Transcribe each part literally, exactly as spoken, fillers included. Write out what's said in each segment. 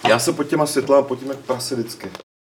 Já se pod těma světlama potím jak prase vždycky.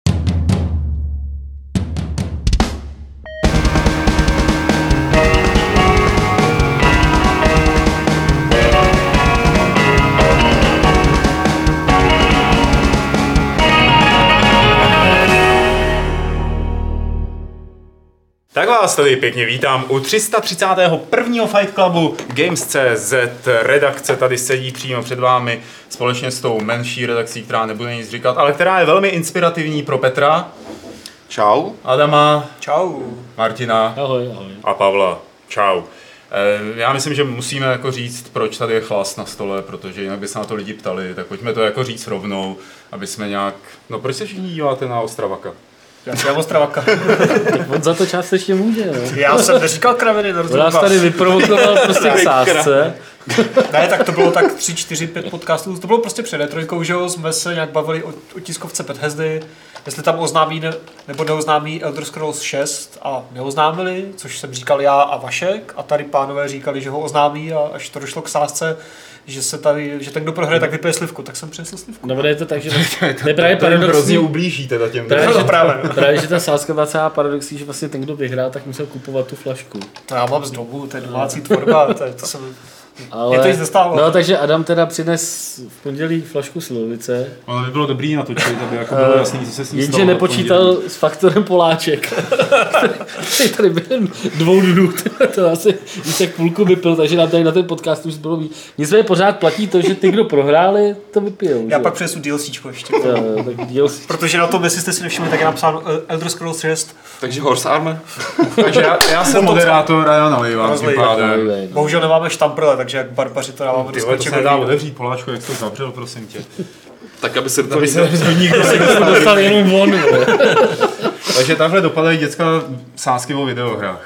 Tak vás tady pěkně vítám u tři sta třicátého prvního Fight Clubu Games tečka cé zet. Redakce tady sedí přímo před vámi společně s tou menší redakcí, která nebude nic říkat, ale která je velmi inspirativní pro Petra. Čau. Adama. Čau. Martina. Ahoj, ahoj. A Pavla. Čau. Já myslím, že musíme jako říct, proč tady je chlast na stole, protože jinak by se na to lidi ptali, tak pojďme to jako říct rovnou, aby jsme nějak... No proč se všichni díváte na Ostravaka? Já jsem Ostravaka. Tak on za to částečně může, ne? Já jsem neříkal kraviny, na rozdíl On nás tady vyprovokoval prostě k sázce. Ne, tak to bylo tak tři, čtyři, pět podcastů, to bylo prostě před E tři, že jo, jsme se nějak bavili o, o tiskovce Bethesdy, jestli tam oznámí ne, nebo neoznámí Elder Scrolls šest a neoznámili, což jsem říkal já a Vašek a tady pánové říkali, že ho oznámí a až to došlo k sázce, že se tady, že ten, kdo prohraje, tak vypije slivku, tak jsem přinesl slivku. No, je to tak, že to je právě paradoxní. Hrozně ublíží teda těm. Právě, že, právě. právě, že ta sázka byla celá paradoxní, že vlastně ten, kdo vyhrál, tak musel kupovat tu flašku. To já mám z domu, to je domácí tvorba, to, je, to jsem... Ale, je to již nestálo. No, takže Adam teda přines v pondělí flašku Slivovice. Ono by bylo dobrý natočit, aby jako bylo jasný, co se s ní stalo. Jenže nepočítal s faktorem Poláček. Který tady během dvou dnů, to asi víc jak půlku vypil, takže nám tady na ten podcast už bylo víc. Nicméně pořád platí to, že ty, kdo prohráli, to vypijou. Já že? pak přinesu DLCčko ještě. To, tak D L C. Protože na tom, jestli jste si nevšimli, tak je napsáno Elder Scrolls šest. Takže Horse Armor. Takže já, já jsem moderátor a já nalejvám tím pádem. Bohužel nemáme štamprle, takže jak barbaři to dáváme do Tyhle, to skleček. se nedá otevřít, Poláčku, jak jsi to zavřel, prosím tě. Tak, aby se to Aby se líbilo. nikdo To dostal jenom on. Takže takhle dopadají děcka sázky o videohrách.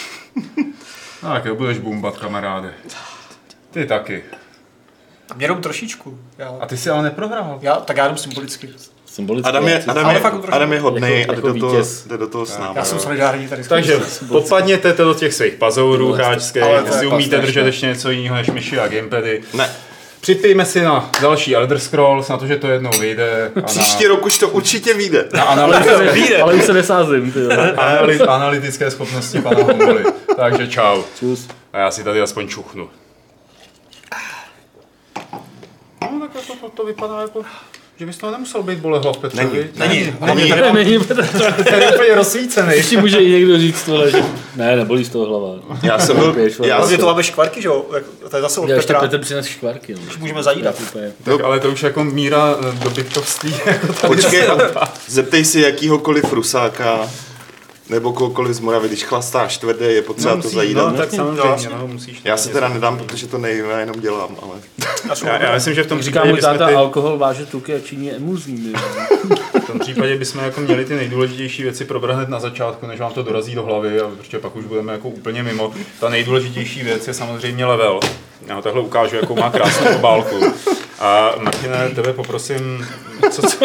Tak jo, budeš bumbat, kamaráde. Ty taky. Mě jenom trošičku. Já, A ty jsi ale neprohrál. já, tak já jenom symbolicky. Symbolicky. Adam je, Adam Ale je, fakt trošku- Adam je hodnej jako- a jde jako do toho, vítěz. jde do toho s námi. Já jsem jo. solidární tady. Takže popadněte do těch svých pazourů hráčských, Ale to jestli je umíte pas držet strašné. ještě něco jiného než myši a gamepady. Ne, Připijme si na další Elder Scrolls, na to, že to jednou vyjde. A na, příští rok už to určitě vyjde. na Ale už analytické, se, ale už se nesázím, ty jo. analy, analytické schopnosti pana Homoly. Takže čau. Čus. A já si tady aspoň čuchnu. No tak to, to, to vypadá jako, že bys toho nemusel být bolehlav, Petře. Není, viď? není, Hlavně není. tady mám- Není, tady je úplně rozsvícený. ještě může i někdo říct tohle, že ne, nebolí z toho hlava. Já jsem byl, já Hlavně jsem, to máme škvarky, že jo? To je zase od Já ještě Petra. Petr přines škvarky. No. Už můžeme zajídat. Tak úplně. Tak, ale to už jako míra eh, dobytkovství. Jako tady počkej, se- zeptej si jakýhokoliv rusáka, nebo kohokoliv z Moravy, když chlastáš tvrdé, je potřeba No, to musíš, zajídat. no, tak samozřejmě, no, musíš. Já se teda nedám, protože to nejím, já jenom dělám, ale... Já, já myslím, že v tom Říká případě můj bychom táta, ty, alkohol váže tuky a činí emulzíny. v tom případě bychom jako měli ty nejdůležitější věci probrat hned na začátku, než vám to dorazí do hlavy, a protože pak už budeme jako úplně mimo. Ta nejdůležitější věc je samozřejmě level. Já ho takhle ukážu, jakou má krásnou obálku. A Martine, tebe poprosím, co, co?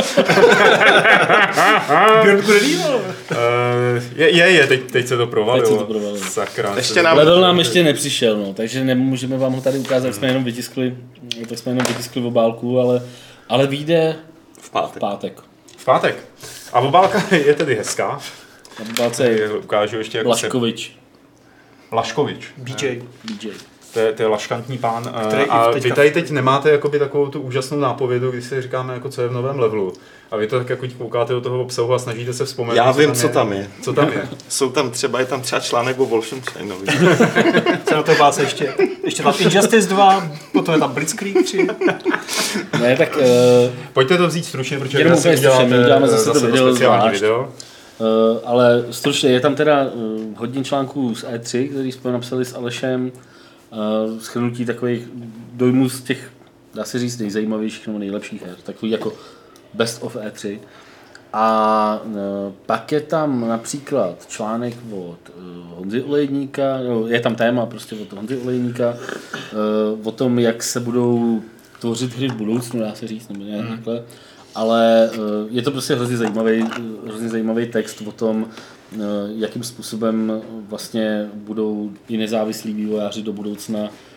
Eh, je, je, je, teď, teď se to provalilo. Teď se to provalilo. Sakra. Ještě nám- Level nám ještě nepřišel, no, takže nemůžeme vám ho tady ukázat, jak jsme jenom vytiskli, tak jsme jenom vytiskli v obálku, ale, ale vyjde V v pátek. pátek. V pátek. A obálka je tedy hezká. Na obálce je Ukážu ještě jako Laškovič. Se... Laškovič. B J. D J. To je, to je laškantní pán. eh, Který i a teďka- vy tady teď nemáte jakoby takovou tu úžasnou nápovědu, když si říkáme, jako co je v novém levelu. A vy to tak jako koukáte do toho obsahu a snažíte se vzpomenout. Já vím, co tam je. Co tam je? Jsou tam třeba, je tam třeba článek o Wolfensteinovi. Co na to báce ještě? Ještě tam Injustice dva, potom je tam Blitzkrieg tři. Ne, tak uh, Pojďte to vzít stručně, protože Jenom vy asi úplně stručně, uděláte my uděláme eh, zase to zase video speciální zvlášť. video. uh, ale stručně, je tam teda uh, hodně článků z E tři, který jsme napsali s Alešem, uh, shrnutí takových dojmů z těch, dá se říct, nejzajímavějších nebo nejlepších her, takový jako best of E tři. A uh, pak je tam například článek od uh, Honzy Olejníka, no, je tam téma prostě od Honzy Olejníka, uh, o tom, jak se budou tvořit hry v budoucnu, dá se říct, nebo nějak mm. takhle. Ale uh, je to prostě hrozně zajímavý, uh, hrozně zajímavý text o tom, jakým způsobem vlastně budou i nezávislí vývojáři do budoucna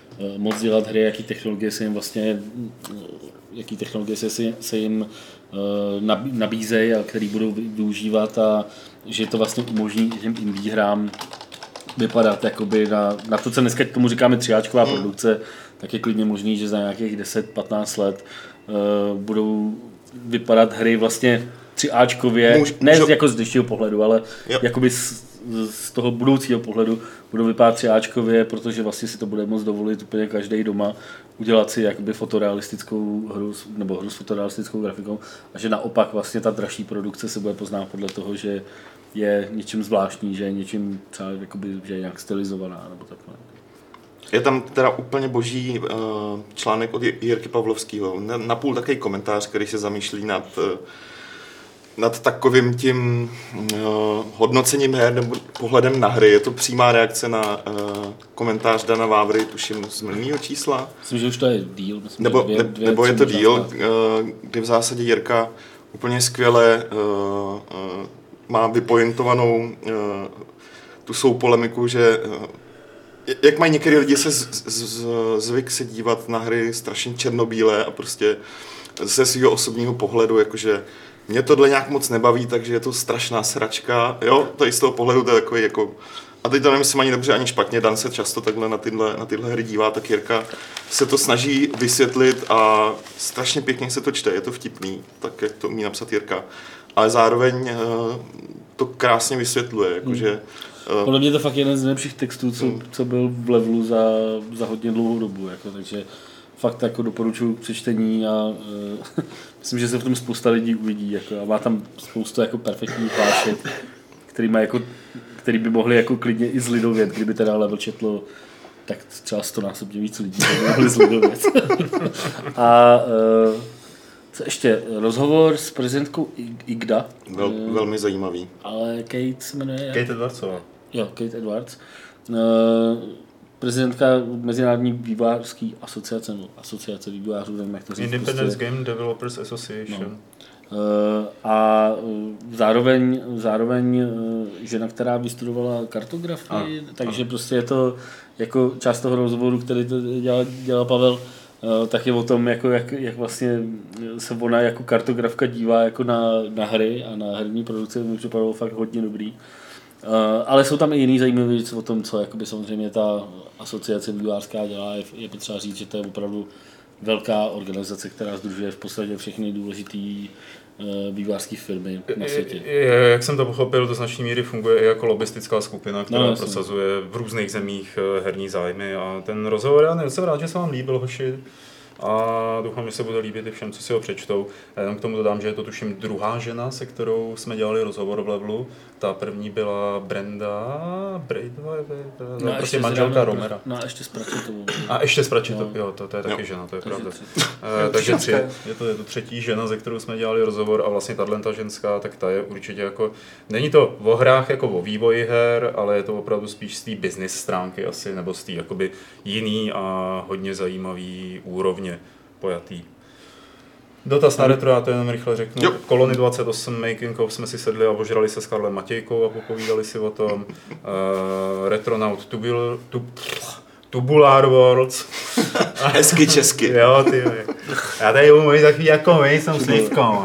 moc dělat hry, jaký technologie se jim vlastně, jaký technologie se, se jim nabízejí a který budou využívat a že to vlastně umožní těm indie hrám vypadat jakoby na, na to, co dneska tomu říkáme třiáčková mm. produkce, tak je klidně možný, že za nějakých deset patnáct let uh, budou vypadat hry vlastně třiáčkově, Můž, ne můžu... jako z dnešního pohledu, ale yep. jakoby z, z toho budoucího pohledu budou vypadat třiáčkově, protože vlastně si to bude moct dovolit úplně každý doma udělat si jakoby fotorealistickou hru nebo hru s fotorealistickou grafikou a že naopak vlastně ta dražší produkce se bude poznat podle toho, že je něčím zvláštní, že je něčím třeba jakoby, že je nějak stylizovaná nebo takhle. Je tam teda úplně boží uh, článek od Jirky Pavlovského, napůl takový komentář, který se zamýšlí nad, uh, nad takovým tím uh, hodnocením her nebo pohledem na hry. Je to přímá reakce na uh, komentář Dana Vávry, tuším z minulého čísla. Myslím, že už to je díl. Myslím, nebo, dvě, ne, dvě, nebo je to díl, uh, kdy v zásadě Jirka úplně skvěle uh, uh, má vypointovanou uh, tu svou polemiku, že uh, jak mají některé lidi se z, z, zvyk se dívat na hry strašně černobílé a prostě ze svého osobního pohledu, jakože mě tohle nějak moc nebaví, takže je to strašná sračka, jo, to i z toho pohledu to je takový jako, a teď to nemyslím ani dobře, ani špatně, Dan se často takhle na tyhle, na tyhle hry dívá, tak Jirka se to snaží vysvětlit a strašně pěkně se to čte, je to vtipný, tak jak to umí napsat Jirka, ale zároveň to krásně vysvětluje, jakože hmm. Podle mě to fakt jeden z nejlepších textů, co, hmm. co byl v levelu za, za hodně dlouhou dobu, jako, takže fakt jako doporučuji k přečtení a uh, myslím, že se v tom spousta lidí uvidí, jako, a má tam spoustu jako perfektních hlášek, který, má jako, který by mohli jako klidně i zlidovět, kdyby teda level četlo tak třeba stonásobně víc lidí, by mohli zlidovět. A uh, co ještě? Rozhovor s prezidentkou I G D A. Vel, velmi zajímavý. Ale Kate se jmenuje... Kate Edwardsová. Jo, Kate Edwards. Uh, prezidentka Mezinárodní vývojářské asociace, no, asociace vývojářů, nevím, jak to říct. Independence prostě. Game Developers Association. No. Uh, a uh, zároveň, zároveň uh, žena, která vystudovala kartografii, a, takže a. prostě je to jako část toho rozhovoru, který to dělal, dělal Pavel, uh, tak je o tom, jako, jak, jak vlastně se ona jako kartografka dívá jako na, na hry a na herní produkce, mi připadalo fakt hodně dobrý. Uh, ale jsou tam i jiný zajímavé věci o tom, co jakoby samozřejmě ta asociace vývojářská dělá. Je, je potřeba říct, že to je opravdu velká organizace, která sdružuje v podstatě všechny důležité uh, vývojářské firmy na světě. Je, je, jak jsem to pochopil, do značné míry funguje i jako lobistická skupina, která no, prosazuje v různých zemích herní zájmy. A ten rozhovor, já jsem rád, že se vám líbil, hoši. A doufám, že se bude líbit i všem, co si ho přečtou. Já jenom k tomu dodám, že je to tuším druhá žena, se kterou jsme dělali rozhovor v levelu. Ta první byla Brenda Braidway, no, prostě manželka Romera. No a ještě s Pračitovou. A ještě s Pračitovou, jo, to, to je taky jo. žena, to je pravda. Uh, takže tři, je to, je to třetí žena, se kterou jsme dělali rozhovor a vlastně tato ženská, tak ta je určitě jako, není to o hrách jako o vývoji her, ale je to opravdu spíš z té business stránky asi, nebo z té jakoby jiný a hodně zajímavý úrovně pojatý. Dotaz na retro, já to jenom rychle řeknu. Jo. Kolony dvacet osm Making of jsme si sedli a ožrali se s Karlem Matějkou a popovídali si o tom. Uh, Retronaut Tubil, tub, Tubular Worlds. Hezky česky. Jo, ty. Já tady umím takový jako my, jsem slívkou.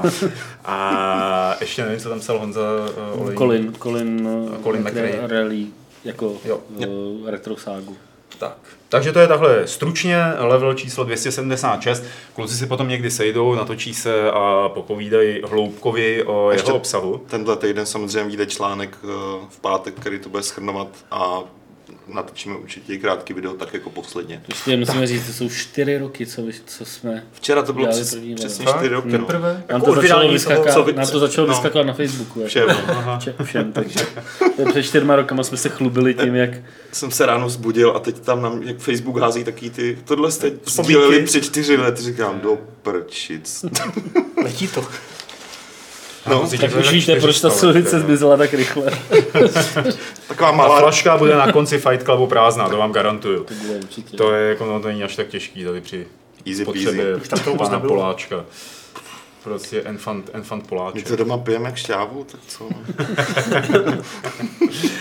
A ještě nevím, co tam psal Honza uh, Olejník. Colin, Colin, Colin McRae. Rally jako jo. Uh, retro ságu. Tak. Takže to je takhle stručně, level číslo dvě stě sedmdesát šest. Kluci si potom někdy sejdou, natočí se a popovídají hloubkově o ještě jeho obsahu. Tenhle týden samozřejmě vyjde článek v pátek, který to bude shrnovat a natočíme určitě krátký video, tak jako posledně. Ještě musíme říct, to jsou čtyři roky, co, co jsme Včera to bylo přes, přesně čtyři roky. No. Nám to začalo, vyskaka, nám to začalo no. vyskakovat na Facebooku. Všem. Jako. Všem, takže před čtyřma rokama jsme se chlubili tím, jak... Jsem se ráno vzbudil a teď tam nám, jak Facebook hází taky ty, tohle jste sdíleli před čtyři lety, říkám, do prčic. Letí to. No, tak už víte, proč ta silnice zmizela tak rychle. Taková malá ta flaška bude na konci Fight Clubu prázdná, to vám garantuju. To bude určitě. To je jako, no, to není až tak těžký tady při easy potřebě pana Poláčka. Prostě enfant, enfant Poláček. My to doma pijeme jak šťávu, tak co?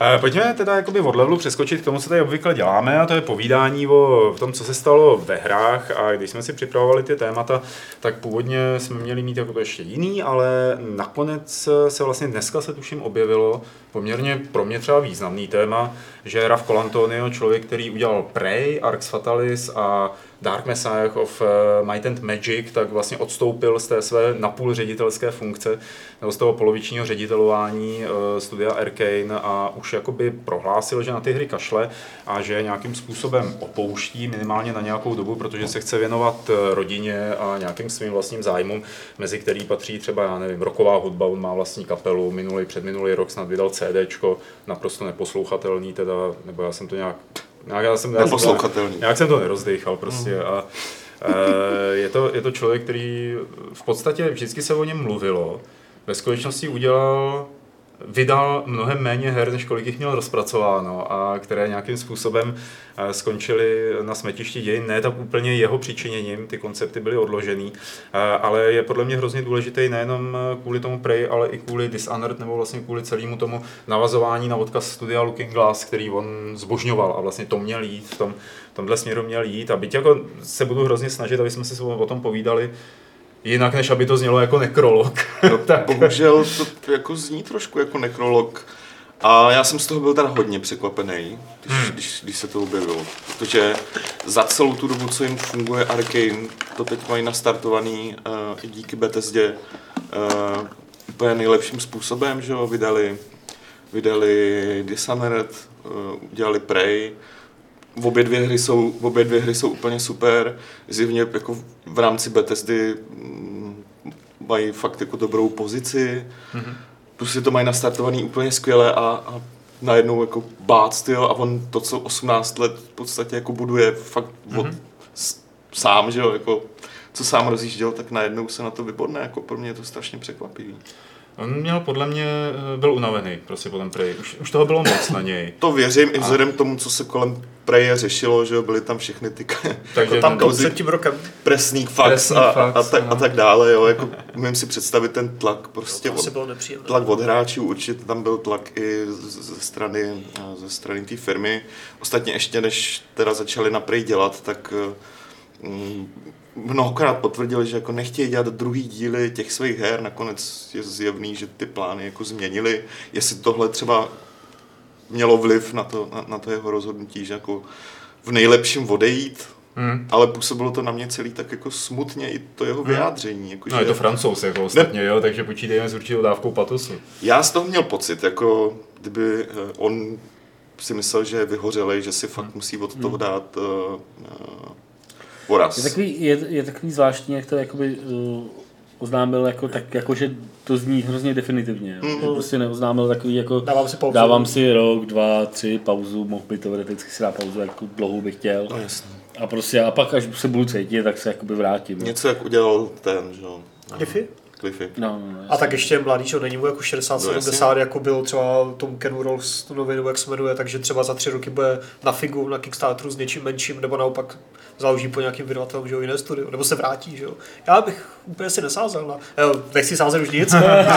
Pojďme teda jakoby od levelu přeskočit k tomu, co tady obvykle děláme, a to je povídání o tom, co se stalo ve hrách. A když jsme si připravovali ty témata, tak původně jsme měli mít jako to ještě jiný, ale nakonec se vlastně dneska se tuším objevilo poměrně pro mě třeba významný téma, že Raf Colantonio, člověk, který udělal Prey, Arx Fatalis a Dark Messiah of Might and Magic, tak vlastně odstoupil z té své napůl ředitelské funkce, nebo z toho polovičního ředitelování studia Arcane a už jakoby prohlásil, že na ty hry kašle a že nějakým způsobem opouští minimálně na nějakou dobu, protože se chce věnovat rodině a nějakým svým vlastním zájmům, mezi který patří třeba, já nevím, rocková hudba, on má vlastní kapelu, minulý, předminulý rok snad vydal CDčko, naprosto neposlouchatelný teda, nebo já jsem to nějak Nějak, já jsem, já jsem to, nějak jsem to nerozdejchal prostě mm. a e, je, to, je to člověk, který v podstatě vždycky se o něm mluvilo, ve skutečnosti udělal, vydal mnohem méně her, než kolik jich měl rozpracováno a které nějakým způsobem skončily na smetišti dějin, ne tak úplně jeho přičiněním, ty koncepty byly odložený, ale je podle mě hrozně důležitý nejenom kvůli tomu Prey, ale i kvůli Dishonored, nebo vlastně kvůli celému tomu navazování na odkaz studia Looking Glass, který on zbožňoval a vlastně to měl jít, v tom, v tomhle směru měl jít a byť jako se budu hrozně snažit, aby jsme si o tom povídali, jinak, než aby to znělo jako nekrolog. No, tak. Bohužel to jako zní trošku jako nekrolog. A já jsem z toho byl teda hodně překvapený, když, hmm. když, když se to objevilo. Protože za celou tu dobu, co jim funguje Arcane, to teď mají nastartovaný uh, i díky Bethesdě uh, úplně nejlepším způsobem, že jo, vydali, vydali Dishonored, uh, udělali Prey. Obě dvě hry jsou, obě dvě hry jsou úplně super, zjevně jako v rámci Bethesdy mají fakt jako dobrou pozici, mm-hmm. prostě to mají nastartovaný úplně skvěle a, a najednou jako bác, tyjo, a on to, co osmnáct let v podstatě jako buduje fakt mm-hmm. od, s, sám, že jo, jako co sám rozjížděl, tak najednou se na to vybodne, jako pro mě je to strašně překvapivý. On měl podle mě, byl unavený prostě po tom Prey. Už, už toho bylo moc na něj. To věřím a... i vzhledem k tomu, co se kolem Preye řešilo, že byly tam všechny ty takže tam před tím rokem. Presník fax a, a, a, tak, a tak dále. Jo. Jako, umím si představit ten tlak prostě to od, tlak od hráčů, určitě tam byl tlak i ze strany, ze strany té firmy. Ostatně ještě než teda začali na Prey dělat, tak mm, mnohokrát potvrdili, že jako nechtějí dělat druhý díly těch svých her, nakonec je zjevný, že ty plány jako změnili. Jestli tohle třeba mělo vliv na to, na, na to jeho rozhodnutí, že jako v nejlepším odejít, hmm. ale působilo to na mě celý tak jako smutně i to jeho vyjádření. Jako, no že je to Francouz jako ostatně, ne, jo, takže počítejme s určitou dávkou patosu. Já z toho měl pocit, jako kdyby on si myslel, že je vyhořelej, že si fakt hmm. musí od toho dát uh, uh, poraz. Je takový, je, je takový zvláštní, jak to jakoby uh, oznámil, jako, tak, jako, že to zní hrozně definitivně. Mm. Že prostě neoznámil takový, jako dávám si pauzu. Dávám si rok, dva, tři pauzu, mohl by teoreticky si dát pauzu, jak dlouhou bych chtěl. No jasně. A prostě, a pak až se budu cítit, tak se jakoby vrátím. Něco jak udělal ten, že jo. Cliffy? Cliffy. No, no, no, a tak ještě mladý, čo není mu jako šedesát sedmdesát, no, jako byl třeba Tom Ken Rolls, tu novinu, jak se jmenuje, takže třeba za tři roky bude na figu, na Kickstarteru s něčím menším, nebo naopak založí po nějakým vydavatelem, že jo, jiné studio, nebo se vrátí, že jo. Já bych úplně si nesázel na, jo, nechci sázet už nic,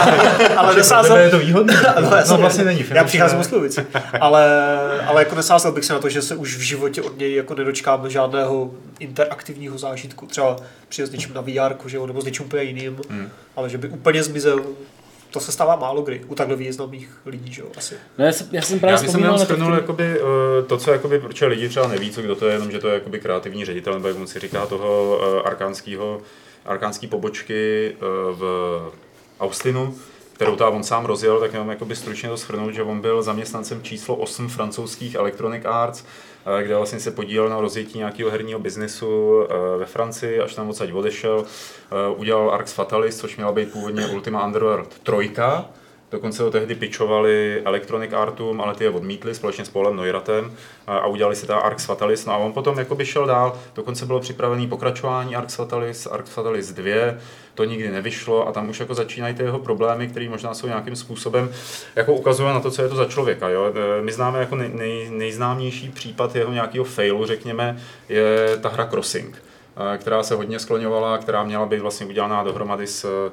ale nesázel. Je to výhodné, no, no vlastně není. Já přicházím o Slovici, ale, ale jako nesázel bych se na to, že se už v životě od něj jako nedočkáme žádného interaktivního zážitku, třeba přijde s něčím na V R, že jo, nebo s něčím úplně jiným, hmm. ale že by úplně zmizel. To se stává málo kdy u takhle významných lidí, že jo, asi. No, já, jsem, já jsem právě já jsem shrnul jakoby, uh, to, co jakoby, protože lidi třeba neví, co kdo to je, jenom že to je jakoby kreativní ředitel, nebo jak on si říká toho uh, arkánského, arkánský pobočky uh, v Austinu, kterou tam on sám rozjel, tak jenom jakoby stručně to shrnout, že on byl zaměstnancem číslo osm francouzských Electronic Arts, kde vlastně se podílel na rozjetí nějakého herního biznesu ve Francii, až tam odsaď odešel. Udělal Arx Fatalis, což měla být původně Ultima Underworld trojka. Dokonce ho tehdy pitchovali Electronic Artům, ale ty je odmítli společně s Paulem Neuratem a udělali si ta Arx Fatalis. No a on potom jakoby šel dál, dokonce bylo připravené pokračování Arx Fatalis, Arx Fatalis dva, to nikdy nevyšlo a tam už jako začínají ty jeho problémy, které možná jsou nějakým způsobem jako ukazují na to, co je to za člověka. Jo? My známe jako nej, nej, nejznámější případ jeho nějakého failu, řekněme, je ta hra Crossing, která se hodně skloňovala, která měla být vlastně udělaná dohromady s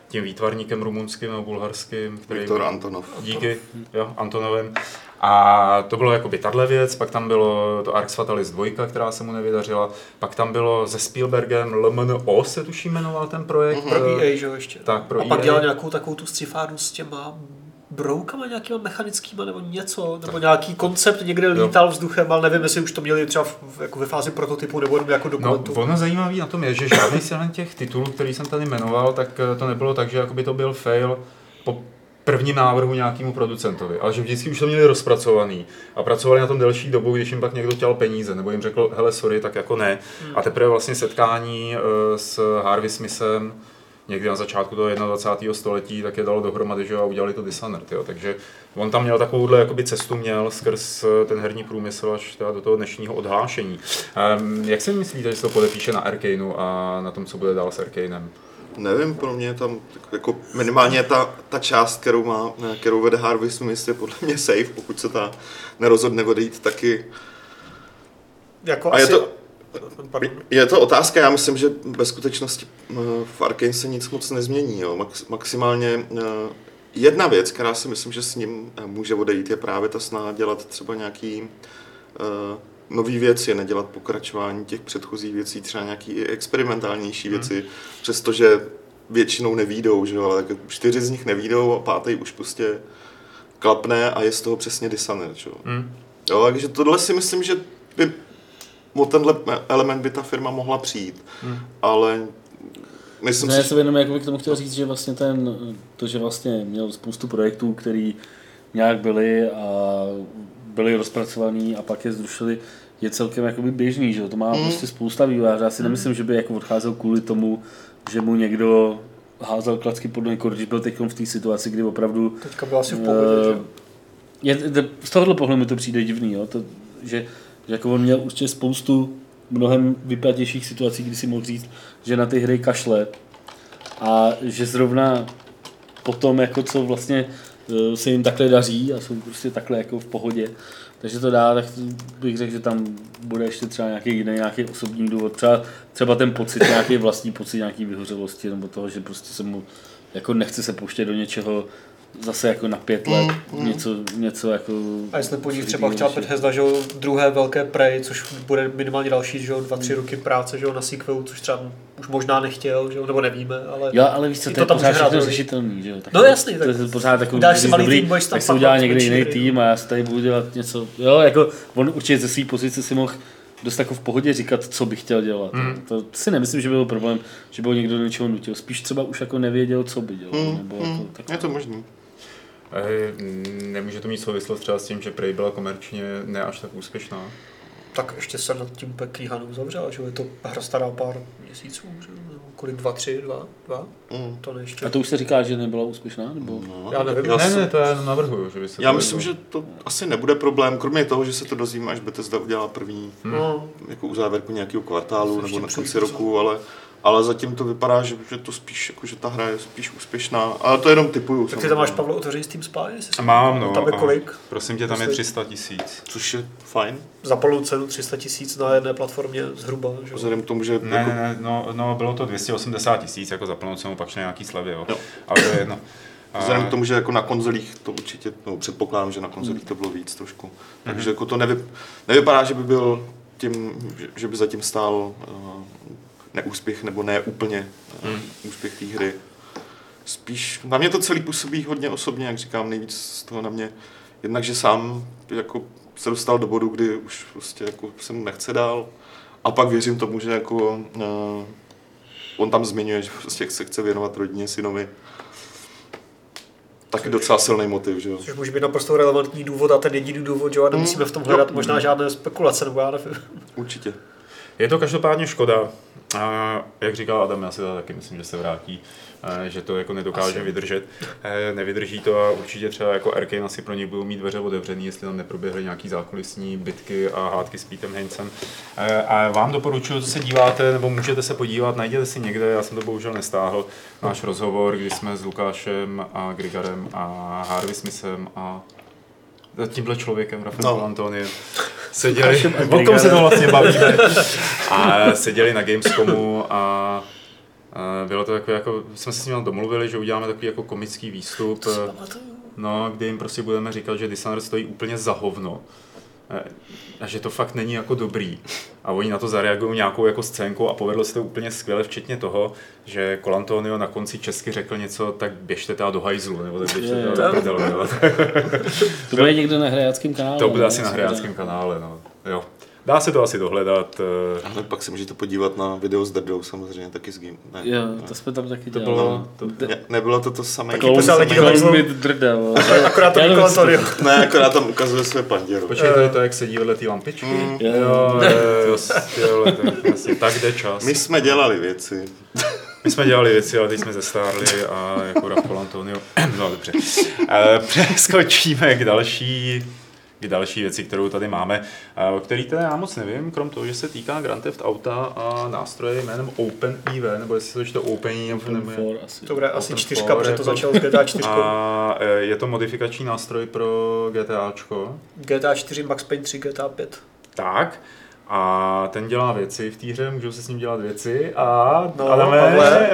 tím výtvarníkem rumunským nebo bulharským, který... Viktor Antonov. Díky, jo, Antonovem. A to bylo jakoby tahle věc, pak tam bylo to Arx Fatalis dva, která se mu nevydařila, pak tam bylo se Spielbergem L M N O se tuším jmenoval ten projekt. Mm-hmm. Pro E A, že jo, ještě. Tak, pro a pak E A. dělal nějakou takovou tu scifárnu s těma broukama nějakýma mechanickýma nebo něco, nebo nějaký koncept někde lítal vzduchem, ale nevím, jestli už to měli třeba v, jako ve fázi prototypu nebo jenom jako dokumentu. No, ono zajímavý na tom je, že žádný z těch titulů, který jsem tady jmenoval, tak to nebylo tak, že jakoby to byl fail po prvním návrhu nějakému producentovi, ale že vždycky už to měli rozpracovaný a pracovali na tom delší dobu, když jim pak někdo chtěl peníze, nebo jim řekl, hele sorry, tak jako ne. Hmm. A teprve vlastně setkání s Harvey Smithem někdy na začátku toho dvacátého prvního století, tak je dalo dohromady, že a udělali to Dishonored, jo. Takže on tam měl takovouhle jakoby cestu měl skrz ten herní průmysl až do toho dnešního odhlášení. Um, jak si myslíte, že se to podepíše na Arcaneu a na tom, co bude dál s Arcanem? Nevím, pro mě je tam jako minimálně ta, ta část, kterou má, kterou vede Harvey Smith, je podle mě safe, pokud se ta nerozhodne odejít taky. Jako a asi... je to, je to otázka, já myslím, že ve skutečnosti v Arcane se nic moc nezmění. Jo. Max, maximálně jedna věc, která si myslím, že s ním může odejít, je právě ta snaha dělat třeba nějaký uh, nový věci, nedělat pokračování těch předchozích věcí, třeba nějaký experimentálnější věci, hmm. přestože většinou nevídou, že jo, ale tak čtyři z nich nevídou a pátý už prostě klapne a je z toho přesně Dishonored, že jo. Hmm. Jo, takže tohle si myslím, že by o tenhle element by ta firma mohla přijít, hmm. ale myslím ne, si, já jsem jenom jakoby k tomu chtěl říct, že vlastně ten, to, že vlastně měl spoustu projektů, který nějak byly a byly rozpracovaný a pak je zrušili, je celkem jakoby běžný, že jo? To má mm. prostě spousta vývojářů. Já si nemyslím, že by jako odcházel kvůli tomu, že mu někdo házel klacky pod nohy, když byl teď v té situaci, kdy opravdu... Teďka byl asi v pohodě, uh, je, z tohohle pohledu mi to přijde divný, jo? To, že, že jako on měl určitě spoustu mnohem vyplatějších situací, kdy si mohl říct, že na ty hry kašle a že zrovna potom, jako co vlastně se jim takhle daří a jsou prostě takhle jako v pohodě, takže to dá, tak bych řekl, že tam bude ještě třeba nějaký jiný, nějaký osobní důvod, třeba, třeba ten pocit, nějaký vlastní pocit, nějaký vyhořelosti, nebo toho, že prostě se mu jako nechce se pouštět do něčeho zase jako na pět let, mm, mm. něco, něco jako... A jestli po nich třeba chtěla Bethesda, že jo, druhé velké Prey, což bude minimálně další, že jo, dva, tři roky práce, že jo, na sequelu, což třeba už možná nechtěl, že jo, nebo nevíme, ale... Jo, ale víš co, to je pořád všechno řešitelný, že jo. Tak no jasný, tak... To je pořád takový dáš si malý dobrý, tým, budeš tam tak se udělá někde jiný tým a já si tady budu dělat něco, jo, jako on určitě ze své pozice si mohl dost jako v pohodě říkat, co by chtěl dělat. Mm. To si nemyslím, že byl problém, že byl někdo do něčeho nutil, spíš třeba už jako nevěděl, co by dělal. Mm. Nebo mm. jako, tak... Je to možný. Nemůže to mít souvislost třeba s tím, že Prey byla komerčně ne až tak úspěšná? Tak ještě se nad tím Knihan uzavřela, že je to hra stará pár měsíců, že? Kolik, dva, tři, dva, dva? Mm. To ještě. A to už se říká, že nebyla úspěšná? Nebo? No, já nevím. Já ne, ne, to já navrhuju. Že by se já to myslím, že to asi nebude problém, kromě toho, že se to dozvíme, až Bethesda udělá první hmm. jako uzávěrku nějakého kvartálu nebo na konci roku, ale ale zatím to vypadá, že, že to spíš, jako, že ta hra je spíš úspěšná, ale to jenom typuju. Tak ty tam máš, Pavlo, otevřený Steam Spy? Mám, no. Tam je kolik? Prosím tě, tam je tři sta tisíc. Což je fajn. Za plnou cenu tři sta tisíc na jedné platformě zhruba, že? Vzhledem k tomu, že... Ne, jako... ne, no, no, bylo to dvě stě osmdesát tisíc, jako za plnou cenu, pak šlo nějaký slevy, jo. jo. Ale to je jedno. Vzhledem k tomu, že jako na konzolích to určitě, no, předpokládám, že na konzolích to bylo víc trošku. Takže mm-hmm. jako to nevy, nevypadá, že by byl tím, že, že by zatím stál uh, neúspěch, nebo ne úplně uh, mm. úspěch té hry. Spíš, na mě to celý působí hodně osobně, jak říkám, nejvíc z toho na mě. Jednak, že sám jako se dostal do bodu, kdy už prostě jako se mu nechce dál. A pak věřím tomu, že jako uh, on tam zmiňuje, že prostě se chce věnovat rodině, synovi. Taky docela silný motiv, že jo. Což může být naprosto relevantní důvod a ten jediný důvod, že jo, a nemusíme v tom hledat možná žádné spekulace, nebo já nevím. Určitě. Je to každopádně škoda. A jak říkal Adam, já si to taky myslím, že se vrátí, že to jako nedokáže asi vydržet. Nevydrží to a určitě třeba jako Arkane asi pro něj budou mít dveře otevřený, jestli tam neproběhly nějaký zákulisní bitky a hádky s Petem Hainesem. A vám doporučuji, co se díváte, nebo můžete se podívat, najděte si někde, já jsem to bohužel nestáhl, náš rozhovor, kdy jsme s Lukášem a Grigarem a Harvey Smithem a tímhle člověkem, Rafael no. Antoniem, seděli, o kom se to vlastně bavíme, a seděli na Gamescomu a Bylo to jako, jako, jsme se s ním domluvili, že uděláme takový jako komický výstup, no, kdy jim prostě budeme říkat, že Dishonored stojí úplně za hovno. A že to fakt není jako dobrý. A oni na to zareagují nějakou jako scénkou a povedlo se to úplně skvěle, včetně toho, že Colantonio na konci česky řekl něco, tak běžte teda do hajzlu, nebo tak běžte teda do prdelu. To bude někde na hrajáckém kanále. To bude asi na hrajáckém kanále, no. Jo. Dá se to asi dohledat. Ale pak se můžete podívat na video s Drdou samozřejmě, taky s Game. Ne, Jo, ne. to jsme tam taky to dělali. bylo, to, Ne, nebylo to to samé. Taky poslal lidi do hajzlu. Drda, Akorát to Nikola Antonio. Ne, akorát tam ukazuje své panděro. Počkej, to je to, jak sedí vedle té lampičky? Mm. Jo, jo, jo, jo, tak jde čas. My jsme dělali věci. My jsme dělali věci, ale teď jsme zestárli a jako Rafał Antonio. No dobře. Přeskočíme k další, k další věci, kterou tady máme, o který teda já moc nevím, krom toho, že se týká Grand Theft Auta a nástroje jménem OpenIV, nebo jestli to čte OpenIV, nebo Open asi. To bude asi Open čtyřka, four, protože to jako- začalo s G T A čtyři. A je to modifikační nástroj pro GTAčko. G T A čtyři, Max Payne tři, G T A pět. Tak. A ten dělá věci v té hře, můžou se s ním dělat věci a... No, Adame, Pavle.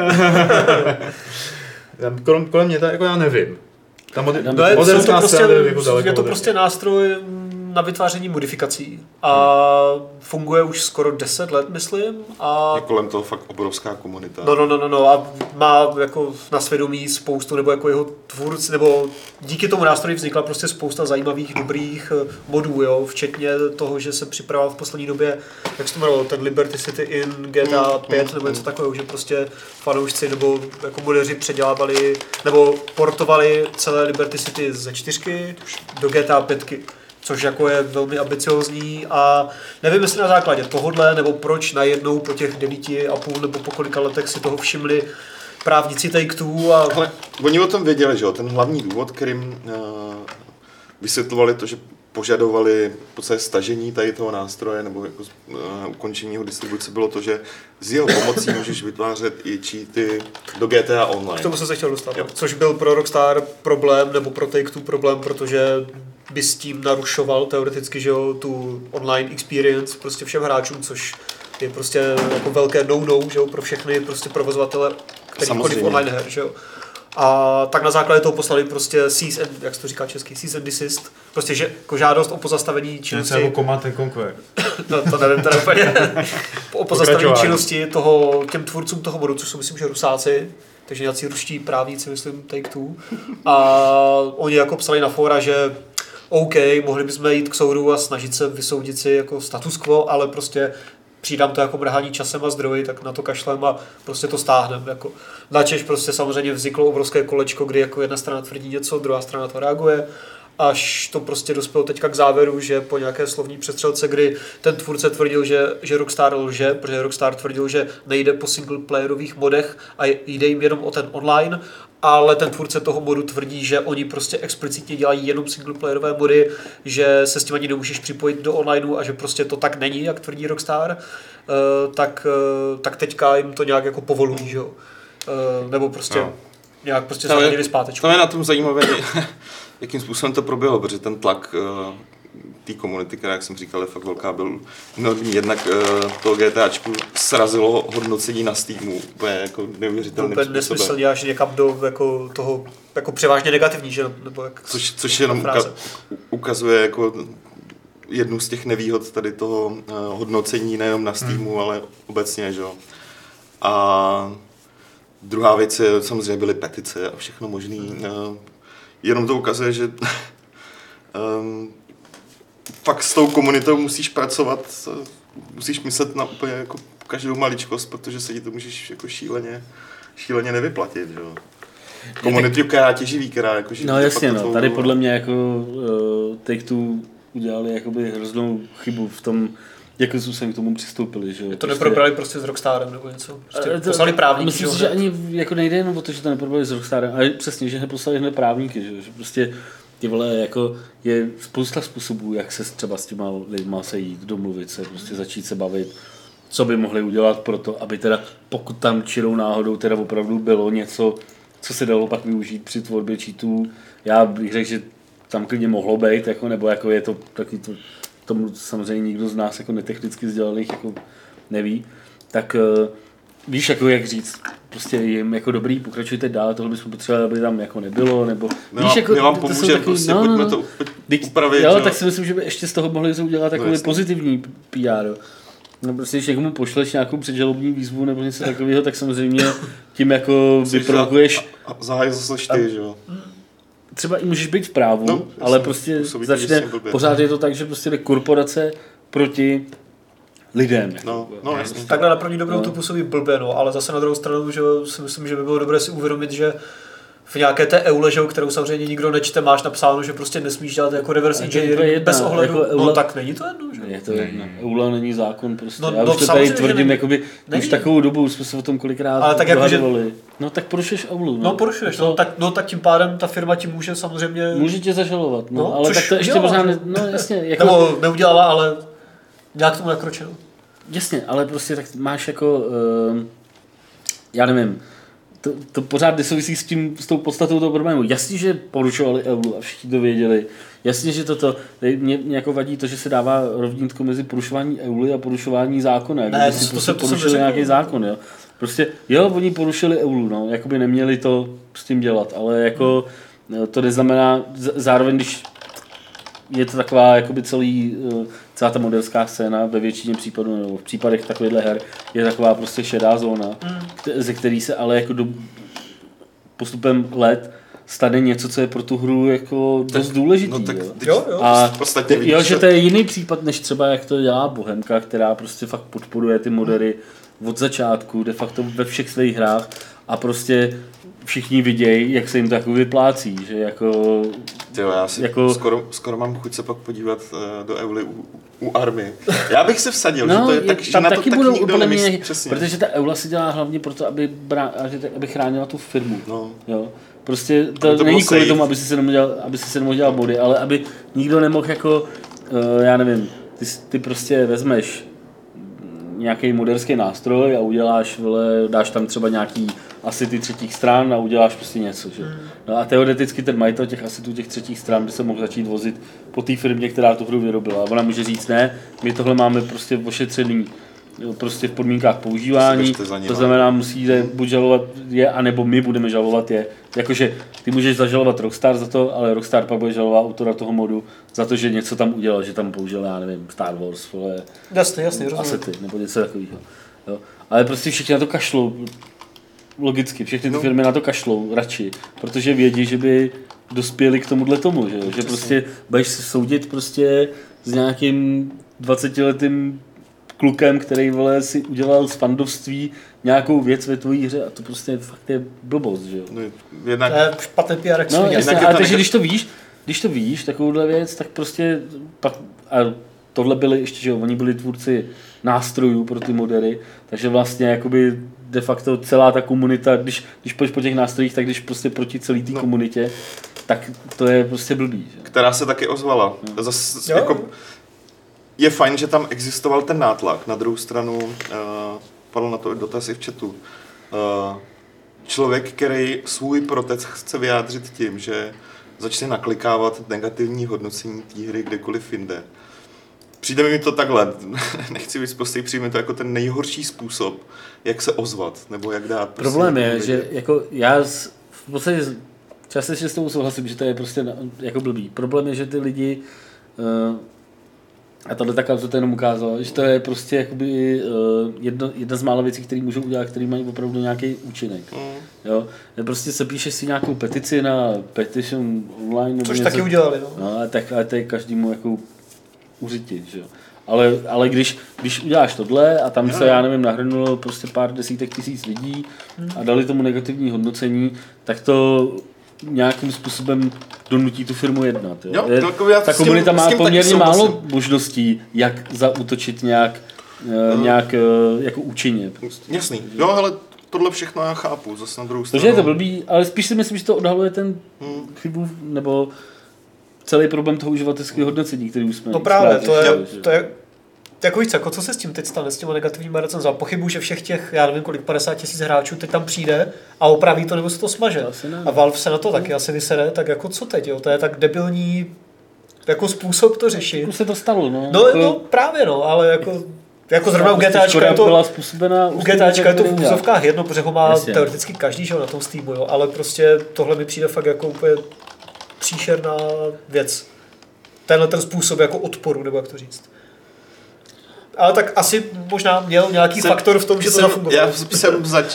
kolem, kolem mě to jako já nevím. Ta mod- No je, jsou to prostě, scéna je jako daleko je to ode mě. prostě nástroj na vytváření modifikací a funguje už skoro deset let, myslím. A Je kolem toho fakt obrovská komunita. no, no, no, no, no, a má jako na svědomí spoustu, nebo jako jeho tvůrci, nebo díky tomu nástroji vznikla prostě spousta zajímavých, dobrých eh, modů, jo, včetně toho, že se připravoval v poslední době, jak se to jmenovalo, ten Liberty City in G T A pět, nebo něco takového, že prostě fanoušci nebo jako modeři předělávali, nebo portovali celé Liberty City ze čtyřky do G T A pět. Což jako je velmi ambiciozní a nevím, jestli na základě tohodle, nebo proč najednou po těch devíti a půl nebo po kolika letech si toho všimli právníci Take-Two a... Ale oni o tom věděli, že jo, ten hlavní důvod, kterým uh, vysvětlovali to, že požadovali v podstatě stažení tady toho nástroje nebo jako uh, ukončení jeho distribuce, bylo to, že s jeho pomocí můžeš vytvářet i cheaty do G T A Online. K tomu jsem se chtěl dostat, Jo. což byl pro Rockstar problém, nebo pro Take-Two problém, protože by s tím narušoval teoreticky, že jo, tu online experience prostě všem hráčům, což je prostě jako velké no-no, že jo, pro všechny prostě provozovatele kterýchkoliv Samozřejmě. online her, že jo. A tak na základě toho poslali prostě cease and, jak se to říká česky, cease and desist, prostě že, jako žádost o pozastavení Něco činnosti. jako Command and Conquer. No, to nevím teda úplně. O pozastavení Pokračování. činnosti toho, těm tvůrcům toho modu, což jsou myslím, že Rusáci, takže nějací ruští právníci, myslím, Take-Two. A oni jako psali na fóra, že OK, mohli bychom jít k soudu a snažit se vysoudit si jako status quo, ale prostě přijdám to jako mrhání časem a zdroji, tak na to kašlem a prostě to stáhneme. Jako. Načež prostě samozřejmě vzniklo obrovské kolečko, kdy jako jedna strana tvrdí něco, druhá strana to reaguje, až to prostě dospělo teďka k závěru, že po nějaké slovní přestřelce, kdy ten tvůrce tvrdil, že, že Rockstar lže, protože Rockstar tvrdil, že nejde po singleplayerových modech a jde jim jenom o ten online, ale ten tvůrce toho modu tvrdí, že oni prostě explicitně dělají jenom singleplayerové mody, že se s tím ani nemůžeš připojit do onlineu a že prostě to tak není, jak tvrdí Rockstar, uh, tak, uh, tak teďka jim to nějak jako povolují, že jo. Uh, nebo prostě No. nějak prostě To je- zahodili zpátečku. To je na tom zajímavé, jakým způsobem to proběhlo, protože ten tlak uh, té komunity, která, jak jsem říkal, je fakt velká, byl enormní. Jednak uh, to GTAčku srazilo hodnocení na Steamu, úplně jako neuvěřitelným Úplně způsobem. nesmyslně až někam do jako toho jako převážně negativní, že nebo jak Což, což jenom fráze. uka- ukazuje jako jednu z těch nevýhod tady toho uh, hodnocení nejenom na Steamu, hmm. ale obecně, že jo. A druhá věc je, samozřejmě byly petice a všechno možný. Uh, jenom to ukazuje, že um, fakt s tou komunitou musíš pracovat, uh, musíš myslet na úplně jako každou maličkost, protože se ti to můžeš jako šíleně, šíleně nevyplatit, že jo. Komunitu, která tě živí, která jako živí. No jasně, fakt no. tvou- Tady podle mě jako uh, Take-Two udělali jakoby hroznou chybu v tom, jakým způsobem k tomu přistoupili, že jo. to neprobrali prostě s Rockstarem nebo něco. Prostě Ale to- poslali právníky. Myslím si, že ani jako nejde jenom o to, že to neprobrali s Rockstarem, ale přesně, že neposlali hned právníky, že, jo, že prostě ty vole, jako je spousta způsobů, jak se třeba s těma lidma sejít, domluvit se, prostě začít se bavit, co by mohli udělat pro to, aby teda, pokud tam čirou náhodou teda opravdu bylo něco, co se dalo pak využít při tvorbě cheatů, já bych řekl, že tam klidně mohlo být, jako, nebo jako je to taky to, tomu samozřejmě nikdo z nás jako netechnicky vzdělaných jako neví, tak víš, jako jak říct, prostě jim jako dobrý, pokračujte dál, tohle bychom potřebovali, aby tam jako nebylo, nebo My víš, vám, jako, my vám to pomůže, jsou takový, prostě no, no, pojďme no. to Teď- upravit. Jo, že tak si myslím, že by ještě z toho mohli udělat takový jasně. pozitivní P R. Jo. No prostě, když někomu pošleš nějakou předžalobní výzvu nebo něco takového, tak samozřejmě tím jako Jsi vyprovokuješ, A, a zahájil zase ty, že jo. třeba i můžeš být v právu, No, no, jasně, ale prostě působí to, že začne, jsi blbě. pořád je to tak, že prostě jde korporace proti lidem. Jako. No, no jasně. Takhle na první dobrou No. to působí blbě, no, ale zase na druhou stranu, že jo, si myslím, že by bylo dobré si uvědomit, že v nějaké té eule, že jo, kterou samozřejmě nikdo nečte, máš napsáno, že prostě nesmíš dělat jako reverse A to je engineering jedna, bez ohledu, jako no eule- tak není to jedno, že jo. Je to jedno. Eula není zákon prostě. No, Já no, už to tady samozřejmě, že tvrdím, není. jakoby, Není. už takovou dobu jsme se o tom kolikrát Ale tak jako, že- dohadovali. No tak porušuješ Eulu. No porušuješ, no tak, no tak tím pádem ta firma ti může samozřejmě, Může tě zažalovat, no, No, ale což tak to ještě udělala, pořád, že? ne, no jasně, jako, nebo neudělala, ale nějak tomu nakročil. jasně, ale prostě tak máš jako, uh, já nevím, to, to pořád nesouvisí s tím, s tou podstatou toho problému. Jasně, že porušovali Eulu a všichni to věděli. Jasně, že toto, mě, mě jako vadí to, že se dává rovnítko mezi porušování Euly a porušování zákona. Ne, Kdyby to- si to prostě jsem- to jsem porušili neřekl. nějaký zákon, jo. Prostě, jo, oni porušili Eulu, no, jakoby neměli to s tím dělat, ale jako no, to neznamená, z- zároveň, když je to taková jakoby celý, eh, celá ta moderská scéna ve většině případů, nebo v případech takovýchhle her, je taková prostě šedá zóna, kte- ze který se ale jako do, postupem let stane něco, co je pro tu hru jako dost důležitý. No tak jo. teď Jo, jo. A v podstatě jo, vidíš, že to je jiný případ, než třeba jak to dělá Bohemka, která prostě fakt podporuje ty modery od začátku, de facto ve všech svých hrách a prostě všichni vidějí, jak se jim to jako vyplácí, že jako... Tyjo, já si jako- jako... skoro, skoro mám chuť se pak podívat uh, do Euly u, u Army. Já bych se vsadil, že to je tak, že tam na to taky taky budou nikdo úplně nemyslí. mě, Přesně. protože ta Eula se dělá hlavně proto, aby, brá, aby chránila tu firmu. No. Jo. Prostě to, Aby to není bylo kvůli safe. tomu, aby si se nemohl dělat, aby si se nemohl dělat body, ale aby nikdo nemohl jako, uh, já nevím, ty, ty prostě vezmeš nějaký moderský nástroj a uděláš, vole, dáš tam třeba nějaký asety třetích stran a uděláš prostě něco, že? No a teoreticky ten majitel těch asetů těch třetích stran by se mohl začít vozit po té firmě, která tu hru vyrobila. A ona může říct, ne, my tohle máme prostě ošetřený jo, prostě v podmínkách používání, Běžte za nima. to znamená, musíte buď žalovat je, anebo my budeme žalovat je. Jakože ty můžeš zažalovat Rockstar za to, ale Rockstar pak bude žalovat autora toho modu za to, že něco tam udělal, že tam použil, já nevím, Star Wars, vole, Jasně, jasně, rozumím. asety, nebo něco takového. Jo. Ale prostě všichni na to kašlou, logicky, všechny ty No. firmy na to kašlou radši, protože vědí, že by dospěli k tomuhle tomu, že, jo? Že prostě budeš se soudit prostě s nějakým dvacetiletým klukem, který vole, si udělal z fandovství nějakou věc ve tvojí hře a to prostě fakt je blbost, že jo. No, jednak, To je špatný P R, jak No svině. jasně, Jinak je ale to takže nega- když to víš, když to víš, takovouhle věc, tak prostě pak, a tohle byli ještě, že jo, oni byli tvůrci nástrojů pro ty modery, takže vlastně jakoby de facto celá ta komunita, když, když půjdeš po těch nástrojích, tak když prostě proti celé té No. komunitě, tak to je prostě blbý. Že? která se taky ozvala. Zas, Jo. jako, je fajn, že tam existoval ten nátlak. Na druhou stranu uh, padl na to dotaz i v chatu. Uh, člověk, který svůj protest chce vyjádřit tím, že začne naklikávat negativní hodnocení té hry kdekoliv jinde. Přijde mi to takhle, nechci být prostý, přijde mi to jako ten nejhorší způsob, jak se ozvat, nebo jak dát. prostě Problém je, někomu že vědět. jako já z, v podstatě často s tou souhlasím, že to je prostě na, jako blbý. Problém je, že ty lidi uh, a tohle tak to jenom ukázalo, že to je prostě jakoby uh, jedno, jedna z mála věcí, které můžou udělat, které mají opravdu nějaký účinek. Mm. Jo? Prostě sepíšeš si nějakou petici na petition online nebo Což něco. taky udělali, no. No, ale tak ale to je každému jako uřitit, že jo. Ale, ale když, když uděláš tohle a tam Jo, se, jo. já nevím, nahrnulo prostě pár desítek tisíc lidí a dali tomu negativní hodnocení, tak to nějakým způsobem donutí tu firmu jednat. Jo? Jo, Je, jako já ta s tím- komunita s má tím taky poměrně souhlasím. málo možností, jak zaútočit nějak, no. nějak jako účinně. Prostě. Jasný. Jo, ale tohle všechno já chápu, zase na druhou stranu. Takže je to blbý, ale spíš si myslím, že to odhaluje ten Hmm. chybu, nebo celý problém toho uživatelského hodnocení, který už jsme No právě, to je, řešili, že? to je jako víc, jako co se s tím teď stane, s těma negativníma recenzama. Pochybuju, že všech těch, já nevím kolik, padesát tisíc hráčů teď tam přijde a opraví to nebo se to smaže. Asi ne. A Valve se na to taky asi vysere, tak jako co teď, jo? To je tak debilní jako způsob to řešit. Už se to stalo, no. No, Jako- no právě no, ale jako Jako zrovna u GTAčka škoda je to, byla způsobená u GTAčka je to v úzovkách jedno, protože ho má Jasně. teoreticky každý, že jo, na tom Steamu, jo, ale prostě tohle mi přijde fakt jako úplně příšerná věc. Tenhle ten způsob jako odporu, nebo jak to říct. Ale tak asi možná měl nějaký jsem, faktor v tom, že to jsem, zafungovalo. Já jsem zač...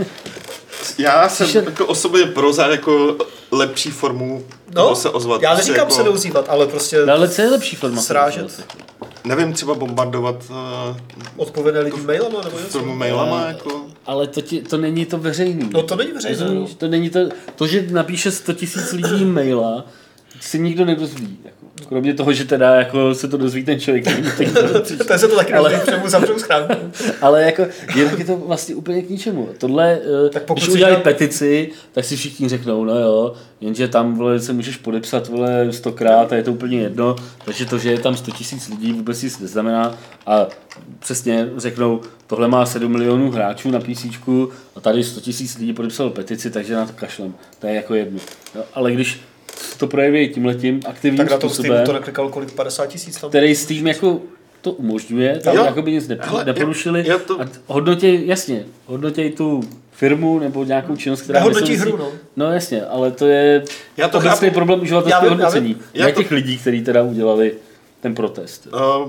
Já jsem Přišel... jako osobně pro za jako lepší formu No, se ozvat. já Prostě neříkám jako, se neuzývat, ale prostě No, ale co je lepší forma? srážet. Nevím, třeba bombardovat uh, Odpovědné lidi mailama nebo něco. formu mailama, jako... Ale to, ti, to není to veřejný. No to není veřejné. Rozumíš? No. To není to, to, že napíše sto tisíc lidí maila, si nikdo nedozví. Jako. Kromě toho, že teda jako se to dozví ten člověk. Ten se to taky ale, dozví, protože mu zavřou schránku. ale jako, jinak je to vlastně úplně k ničemu. Tohle, Tak když si udělají dělal... petici, tak si všichni řeknou, no jo, jenže tam vole, se můžeš podepsat vole, stokrát a je to úplně jedno, takže to, že je tam sto tisíc lidí, vůbec nic neznamená a přesně řeknou, tohle má sedm milionů hráčů na PCčku a tady sto tisíc lidí podepsalo petici, takže na to kašlem. To je jako jedno. No, ale když to projeví tímhletím aktivním Tak na tom způsobem, Steamu to naklikalo kolik? padesát tisíc tam? který Steam jako to umožňuje, tam Jo. jako by nic nepr- Hele, neporušili já- já to- a hodnotěj, jasně, hodnotěj tu firmu nebo nějakou činnost, která Nehodnotí nesouvisí- hru, no. No jasně, ale to je Já to obecný chápu. problém Já uživatelského vím, já hodnocení. vím. Já Ne to- těch lidí, kteří teda udělali ten protest. Uh,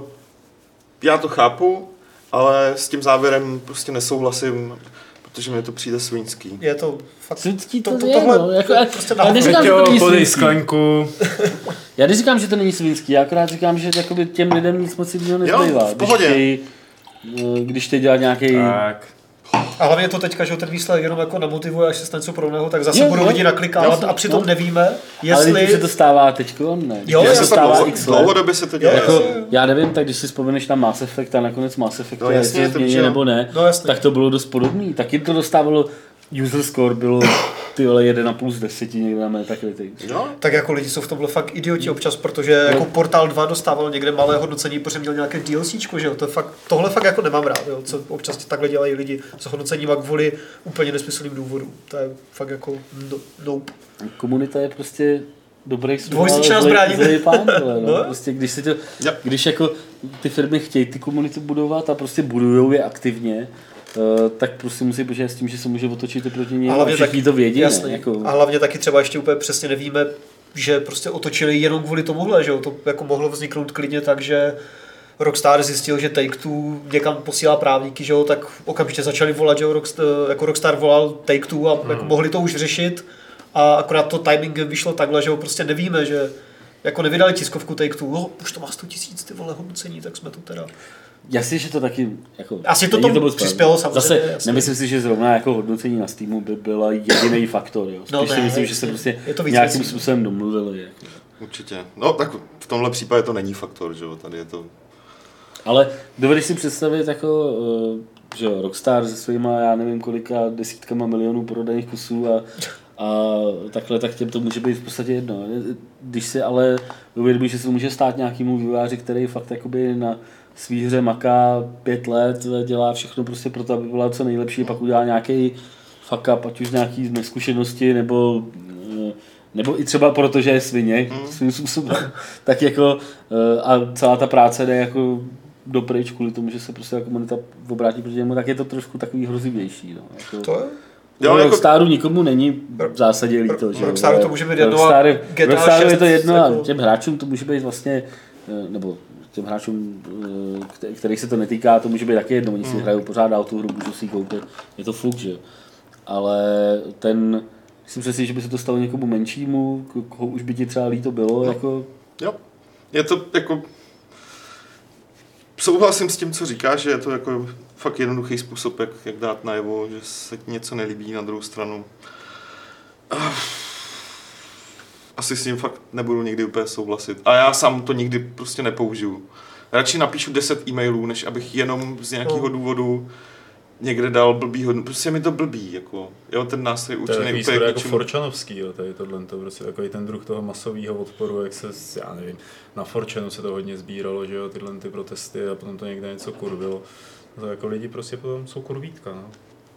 já to chápu, ale s tím závěrem prostě nesouhlasím, protože mi to přijde svinský. Je to fakt... Svědčí to, to- to, to- je, tohle- no. Jako, to já, prostě já neříkám, že to Peťo, není podej svinský. sklenku. Já neříkám, že to není svinský, já akorát říkám, že jakoby těm lidem nic moc jiného nezbývá. v pohodě. Když chtějí, eh, když chtějí dělat nějaký... Tak. A hlavně to teďka, že ten výsledek jenom jako namotivuje, až se stane něco podobného, tak zase Jo, budou jo. lidi naklikávat Jasně, a přitom no. nevíme, Ale jestli... když se to stává teďko, ne. Jo, Když já se to jsem stává dlouho, x let. dlouhodobě se to děje. Jo, Jako, jasně. já nevím, tak když si vzpomeneš na Mass Effect a nakonec Mass Effect, No, no, jasně, jestli to změní víš, jo. nebo ne, No, jasně. tak to bylo dost podobný. Taky to dostávalo, user score bylo ty vole jeden a půl z deseti někde na Metacritic. Jo? Tak jako lidi jsou v tomhle fakt idioti občas, protože jako Portal dva dostával někde malé hodnocení, protože měl nějaké DLCčko, že jo, to je fakt, tohle fakt jako nemám rád, jo, co občas takhle dělají lidi s hodnocením a kvůli úplně nesmyslným důvodům, to je fakt jako no, nope. Komunita je prostě dobrý sluha, Dvojstyčná zlej- zbraň. zlej pán, vole, no. No. Prostě když si to, Yep. když jako ty firmy chtějí ty komunity budovat a prostě budujou je aktivně, Uh, tak prostě musí počítat s tím, že se může otočit i proti němu a všichni to vědí. jasný. Ne? Jako... A hlavně taky třeba ještě úplně přesně nevíme, že prostě otočili jenom kvůli tomuhle, že jo, to jako mohlo vzniknout klidně tak, že Rockstar zjistil, že Take-Two někam posílá právníky, že jo, tak okamžitě začali volat, že jo, Rockstar, jako Rockstar volal Take-Two a hmm. jako mohli to už řešit a akorát to timingem vyšlo takhle, že jo, prostě nevíme, že jako nevydali tiskovku Take-Two, no, už to má sto tisíc ty vole hodnocení, tak jsme tu teda. Jasně, že to taky jako, Asi to není tomu moc přispělo, pravda. samozřejmě, Zase jasně. nemyslím si, že zrovna jako hodnocení na Steamu by byla jediný faktor. Jo. Spíš No si ne, myslím, že se jasně. prostě Je to víc nějakým věcí. způsobem domluvili. Jako. Určitě. No tak v tomhle případě to není faktor, že jo, tady je to... Ale dovedeš si představit jako, eh, že jo, Rockstar se svýma, já nevím kolika desítkama milionů prodaných kusů a, a takhle, tak těm to může být v podstatě jedno. Když si ale uvědomíš, že se to může stát nějakému vývojáři, který fakt jakoby na svý hře maká pět let, dělá všechno prostě pro to, aby byla co nejlepší, pak udělá nějaký fuck up, ať už nějaký neskušenosti, nebo, nebo i třeba proto, že je svině svým způsobem, tak jako a celá ta práce jde jako dopryč kvůli tomu, že se prostě komunita obrátí proti němu, tak je to trošku takový hrozivější. No. Jako, To je? Jo, no, jako- Rockstaru nikomu není v zásadě líto. Že? Rockstaru to může být jedno a Rockstar, G T A Rockstaru je šest to jedno jako- a těm hráčům to může být vlastně, nebo těm hráčům, kterých se to netýká, to může být taky jedno, oni si hrajou pořád dál tu hru, můžou si ji koupit, je to fuk, že jo. Ale ten, myslím přesně, že by se to stalo někomu menšímu, koho už by ti třeba líto bylo, No. jako... Jo. Je to jako... Souhlasím s tím, co říkáš, že je to jako fakt jednoduchý způsob, jak, jak dát najevo, že se ti něco nelíbí na druhou stranu. Asi s tím fakt nebudu nikdy úplně souhlasit. A já sám to nikdy prostě nepoužiju. Radši napíšu deset e-mailů, než abych jenom z nějakého důvodu někde dal blbý hodnotu. Prostě je mi to blbý, jako. Jo, ten nástroj To je určený takový úplně skoro k jako ničemu. Forčanovský, jo, tady tohle, to prostě takový ten druh toho masového odporu, jak se, já nevím, na Forčanu se to hodně sbíralo, že jo, tyhle ty protesty a potom to někde něco kurvilo. To jako lidi prostě potom jsou kurvítka, no.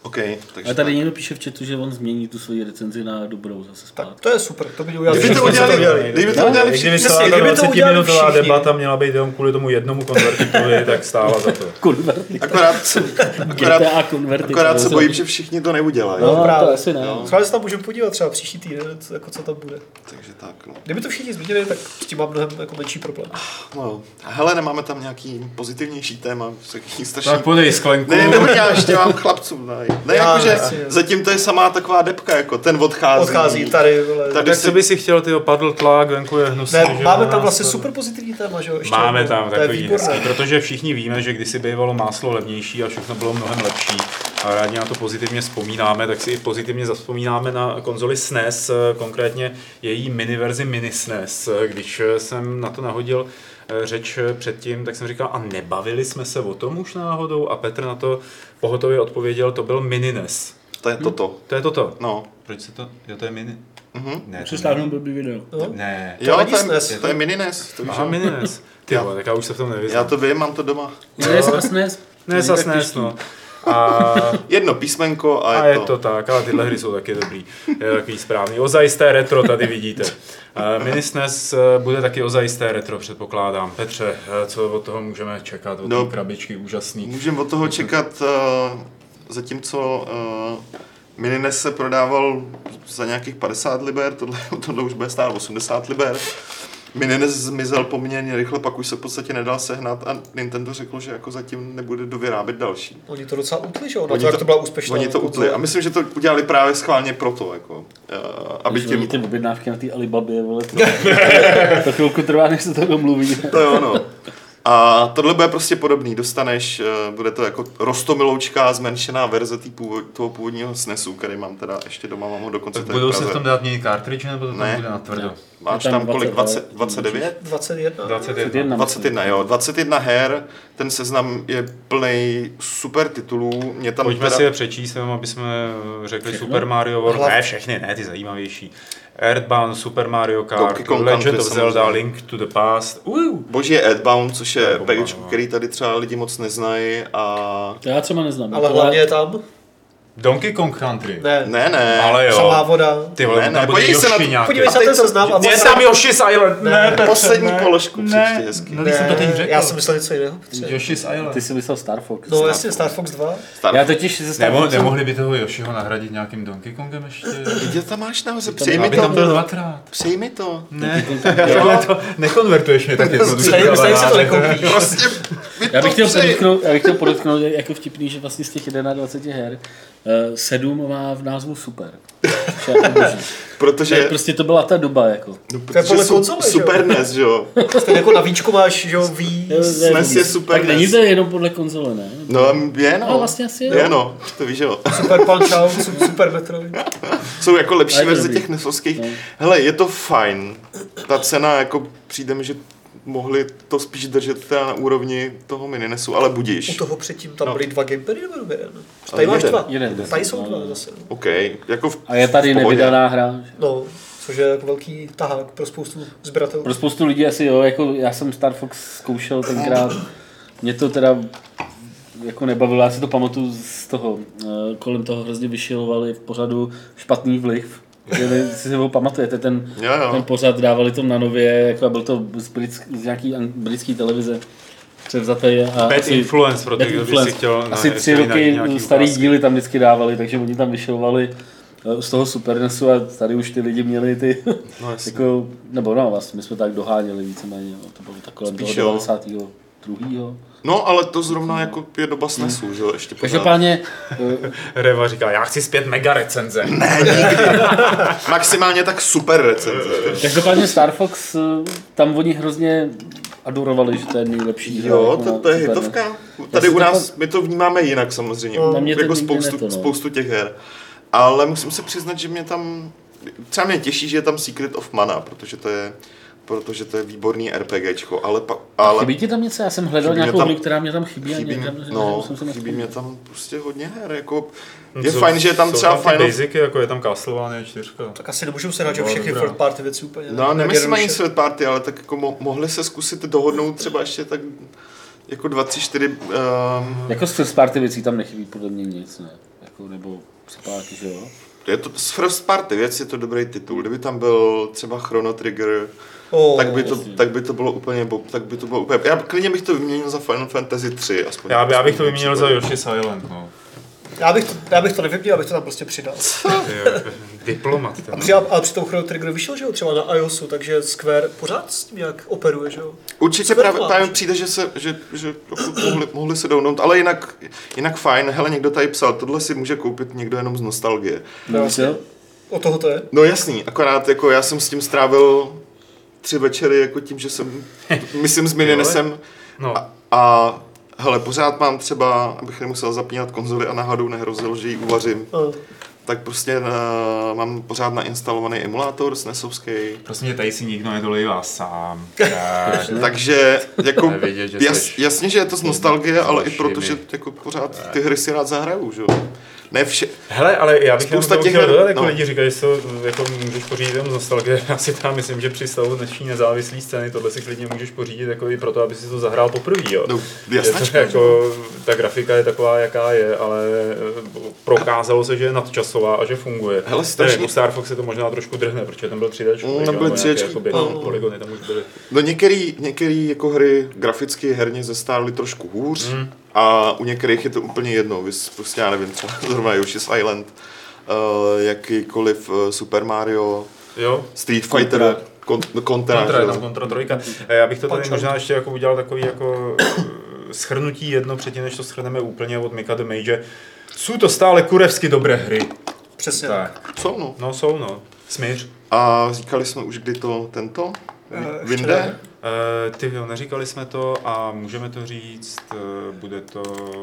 OK, takže Ale tady tak. někdo píše v chatu, že on změní tu svoji recenzi na dobrou zase Tak zpátky. to je super, to by udělali. Kdyby to všichni, co udělali, kdyby to No, udělali I kdyby všichni, celá ta kdyby to udělali dvacetiminutová všichni. debata měla být jenom kvůli tomu jednomu konvertitovi, tak stála za to. Konverti. akorát, se- akorát, G T A konverti. akorát se bojím, že všichni to neudělají. No, právě. to asi ne. No. Schválně se tam můžeme podívat třeba příští týden, co- jako co tam bude. Takže tak, no. Kdyby to všichni změnili, tak s tím mám mnohem jako menší problém. no. Hele, nemáme tam nějaký pozitivnější téma, takový strašný... Tak podej sklenku. Ne, ne, já ještě mám chlapcům, ne. Ne, Já jakože nechci, jo. zatím to je samá taková depka, jako ten odchází. Odchází tady, vole. Tady Tak co by si chtěl, tyho padl tlak, venku je hnusný. Ne, že máme jo, tam nás vlastně to- super pozitivní téma, že jo? Ještě Máme jednou. tam To je takový výborné. hezký, protože všichni víme, že kdysi bývalo máslo levnější a všechno bylo mnohem lepší a rádi na to pozitivně vzpomínáme, tak si i pozitivně zavzpomínáme na konzoli S N E S, konkrétně její mini verzi mini S N E S. Když jsem na to nahodil eh, řeč předtím, tak jsem říkal, a nebavili jsme se o tom už náhodou? A Petr na to pohotově odpověděl, to byl mini N E S. To je toto. To je toto. No. Proč se to, jo to je mini? Mhm. Ne, to Přestáhnu blbý video. No. ne. Jo, není to S N E S. je, to je mini N E S. To víš, Aha, jo. mini N E S. Ty vole, tak já už se v tom Já nevyznám. to vím, mám to doma. Ne, s S N E S. Ne, sa S N E S, no. A, Jedno písmenko a je, a je to tak, ale tyhle hry jsou taky dobrý. Je takový správný. Ozajisté retro tady vidíte. Uh, Mini S N E S uh, bude taky ozajisté retro, předpokládám. Petře, uh, co od toho můžeme čekat? Od No. té krabičky úžasný. Můžeme od toho čekat, uh, zatímco uh, mini N E S se prodával za nějakých padesát liber, tohle, tohle už bude stát osmdesát liber. Mini N E S zmizel poměrně rychle, pak už se v podstatě nedal sehnat a Nintendo řeklo, že jako zatím nebude dovyrábět další. Oni to docela utli, že jo? Na Oni to, jak to byla úspěšná. Oni to utli a myslím, že to udělali právě schválně proto, jako, uh, aby Když tím... tím... ty objednávky na té Alibabě, vole, to, to chvilku trvá, než se to domluví. To jo, no. A tohle bude prostě podobný, dostaneš, eh, bude to jako rostomiloučká zmenšená verze tý původ, toho původního S N E S u, který mám teda ještě doma, mám ho dokonce Tak tady budou v se Praze. v tom dát měnit cartridge, nebo to tam Ne. bude natvrdo? Máš Je tam tam kolik, dvacet, dvacet, dvacet devět? dvacet jedna. dvacet jedna. dvacet jedna, jo, dvacet jedna her, ten seznam je plný super titulů, mě tam Pojďme teda... si je přečíst, jenom aby jsme řekli Všechno? Super Mario World. Hlav- Ne, všechny, ne, ty zajímavější. Earthbound, Super Mario Kart, Donkey Kong Legend Country of Zelda, samozřejmě. Link to the Past. Uh. Boží je Earthbound, což To je je bomba, package, no. který tady třeba lidi moc neznají a... To já třeba neznám. Ale to hlavně já... je tam. Donkey Kong Country. Ne, Ne, ne, Ale jo. samá voda. Ty vole, Ne, tam ne, bude podívej se na Yoshi to- nějaký. Podívej se A na teď ten to- seznam. a Je on- tam Yoshi's Island. Ne, Ne, Petře, poslední ne. položku Ne, příště hezky. no, když jsem to teď řekl. Já jsem myslel něco jiného. Petře. Yoshi's Island. Ty jsi myslel Star Fox. No jasně, Star Fox dva. Star... Já totiž se Star Nemo, Foxem... nemohli by toho Yoshiho nahradit nějakým Donkey Kongem ještě? Jde tam máš nahoře, přejmi Aby to. tam byl dvakrát. Přejmi to. Ne, ale to nekonvertuješ mě tak jednoduše. Stejně stejně se to nekoupíš. Prostě mi Já bych, to chtěl přeji. podotknout, já bych chtěl podotknout, že jako vtipný, že vlastně z těch dvacet jedna her uh, sedm má v názvu super. Což je jako boží. Protože... Tak prostě to byla ta doba, jako. No, To je podle protože konzole, že jo? Super N E S, že jo? Stejně jako na víčku máš, že jo, ví. S N E S je Super Tak není N E S. to jenom podle konzole, ne? No, je no. No, vlastně asi jo. Je no, to víš, jo. Super Punch Out, Super Metroid. Jsou jako lepší Ale je to verze dobrý. těch nesovských. No. Hele, je to fajn. Ta cena, jako přijde mi, že mohli to spíš držet teda na úrovni toho mininesu, ale U budíš. toho předtím tam No. byly dva gamepady nebo jeden? Ale Tady máš jeden. dva. Jeden. Tady jsou No, dva no. zase. OK, jako v, A je tady v pohodě. nevydaná hra. No, což je jako velký tahák pro spoustu sběratelů. Pro spoustu lidí asi jo, jako já jsem Star Fox zkoušel tenkrát. Mě to teda jako nebavilo, já si to pamatuju z toho, eh, kolem toho hrozně vyšilovali v pořadu Špatný vliv. Nevím, jestli si ho pamatujete, ten, Jo, jo. ten pořad dávali to na Nově, jako byl to z, britsk, z nějaký ang- britský televize převzatý. A Bad asi, influence, pro ty, Bad kdo by si Influence. chtěl... asi na- tři najít roky nějaký starý ukázky. díly tam vždycky dávali, takže oni tam vyšilovali eh, z toho Super Nesu a tady už ty lidi měli ty, No, jasně. jako, nebo no vlastně, my jsme tak doháněli víceméně, no, to bylo tak kolem toho Spíš jo. devadesátého druhého No, ale to zrovna jako je doba snesu, že jo, ještě pořád. Každopádně, eh, Reva říká, já chci zpět mega recenze. Ne, nikdy. Maximálně tak super recenze. každopádně Star Fox, eh, tam oni hrozně adorovali, že to je nejlepší hra. Jo, jako to, na to je Super hitovka. NES. Tady Já si u to nás, my to vnímáme jinak samozřejmě, Na mě to jako nikdy spoustu, neto, no. spoustu těch her. Ale musím se přiznat, že mě tam, třeba mě těší, že je tam Secret of Mana, protože to je, protože to je výborný RPGčko, ale, pa, ale Chybí ti tam něco? Já jsem hledal Chybí mě nějakou tam- hru, která mě tam chybí. a chybí, někde- mě, že no, jsem se chybí nevzpomněl. mě tam prostě hodně her, jako No, je jsou- fajn, že je tam jsou třeba ty Final... basicy, jako je tam Castlevania čtyři. Tak asi nemůžu se hrát, že No, všechny dobrá. third party věci úplně. No, tak nemyslím ani jednoduše. third party, ale tak jako mo- mohli se zkusit dohodnout třeba ještě tak jako dva, tři, čtyři... Um, Jako z first party věcí tam nechybí podle mě nic, ne? jako, nebo přepáky, že jo? Je to z First Party věc, je to dobrý titul. Kdyby tam byl třeba Chrono Trigger, Oh, tak, by to, tak by to bylo úplně, tak by to bylo úplně, já klidně bych to vyměnil za Final Fantasy tři, aspoň. Já, by, já bych to vyměnil za Yoshi's Island, no. Já bych, to, já bych to nevyměnil, abych to tam prostě přidal. Diplomat. A při, ale při tom Chrono Triggeru vyšel, že jo, třeba na iOSu, takže Square pořád s tím nějak operuje, že jo. Určitě právě, právě přijde, že, se, že, že mohli, mohli se dohnout, ale jinak, jinak fajn, hele, někdo tady psal, tohle si může koupit někdo jenom z nostalgie. No, Jasně. O toho to je? No jasný, akorát jako já jsem s tím strávil tři večery jako tím, že jsem, myslím, s Mininesem no. a, a hele, pořád mám třeba, abych nemusel zapínat konzoli a náhodou nehrozil, že ji uvařím, Uh. tak prostě uh, mám pořád nainstalovaný emulátor SNESovský. Prostě tady si nikdo nedolejvá sám. Takže jako Nevědět, že jas, seš jasně, že je to z nostalgie, ale i vašimi. proto, že jako pořád ty hry si rád zahraju, že jo. Ne vše. Hele, ale já bych Spousta jenom těch chtěl her- dodat, jako no. lidi říkají, že to jako můžeš pořídit jenom z nostalgie. Já si tam myslím, že při stavu dnešní nezávislé scény tohle si klidně můžeš pořídit jako i proto, aby si to zahrál poprvé, jo. No, Je jasnačka, to jako, ta grafika je taková, jaká je, ale prokázalo se, že je nadčasová a že funguje. Hele, strašně- Ne, u Star Fox se to možná trošku drhne, protože tam byl tři dé, Mm, tam byly tři dé, no. no. Polygony tam už byly. No některý, některý jako hry graficky herně zestárly trošku hůř Mm. a u některých je to úplně jedno, vys, prostě já nevím, třeba zrovna Yoshi's Island, uh, jakýkoliv uh, Super Mario, Jo? Street Fighter, kon, kontra, Kontra, že tam jo. kontra trojka. A já bych to tady Punch možná Out. ještě jako udělal takový jako shrnutí jedno předtím, než to shrneme úplně od Mika the Mage. Jsou to stále kurevsky dobré hry. Přesně. Tak. Co no? No jsou no. Smíř. A říkali jsme už, kdy to tento Eh, ještě vyjde? ne. Uh, ty jo, neříkali jsme to a můžeme to říct, uh, bude to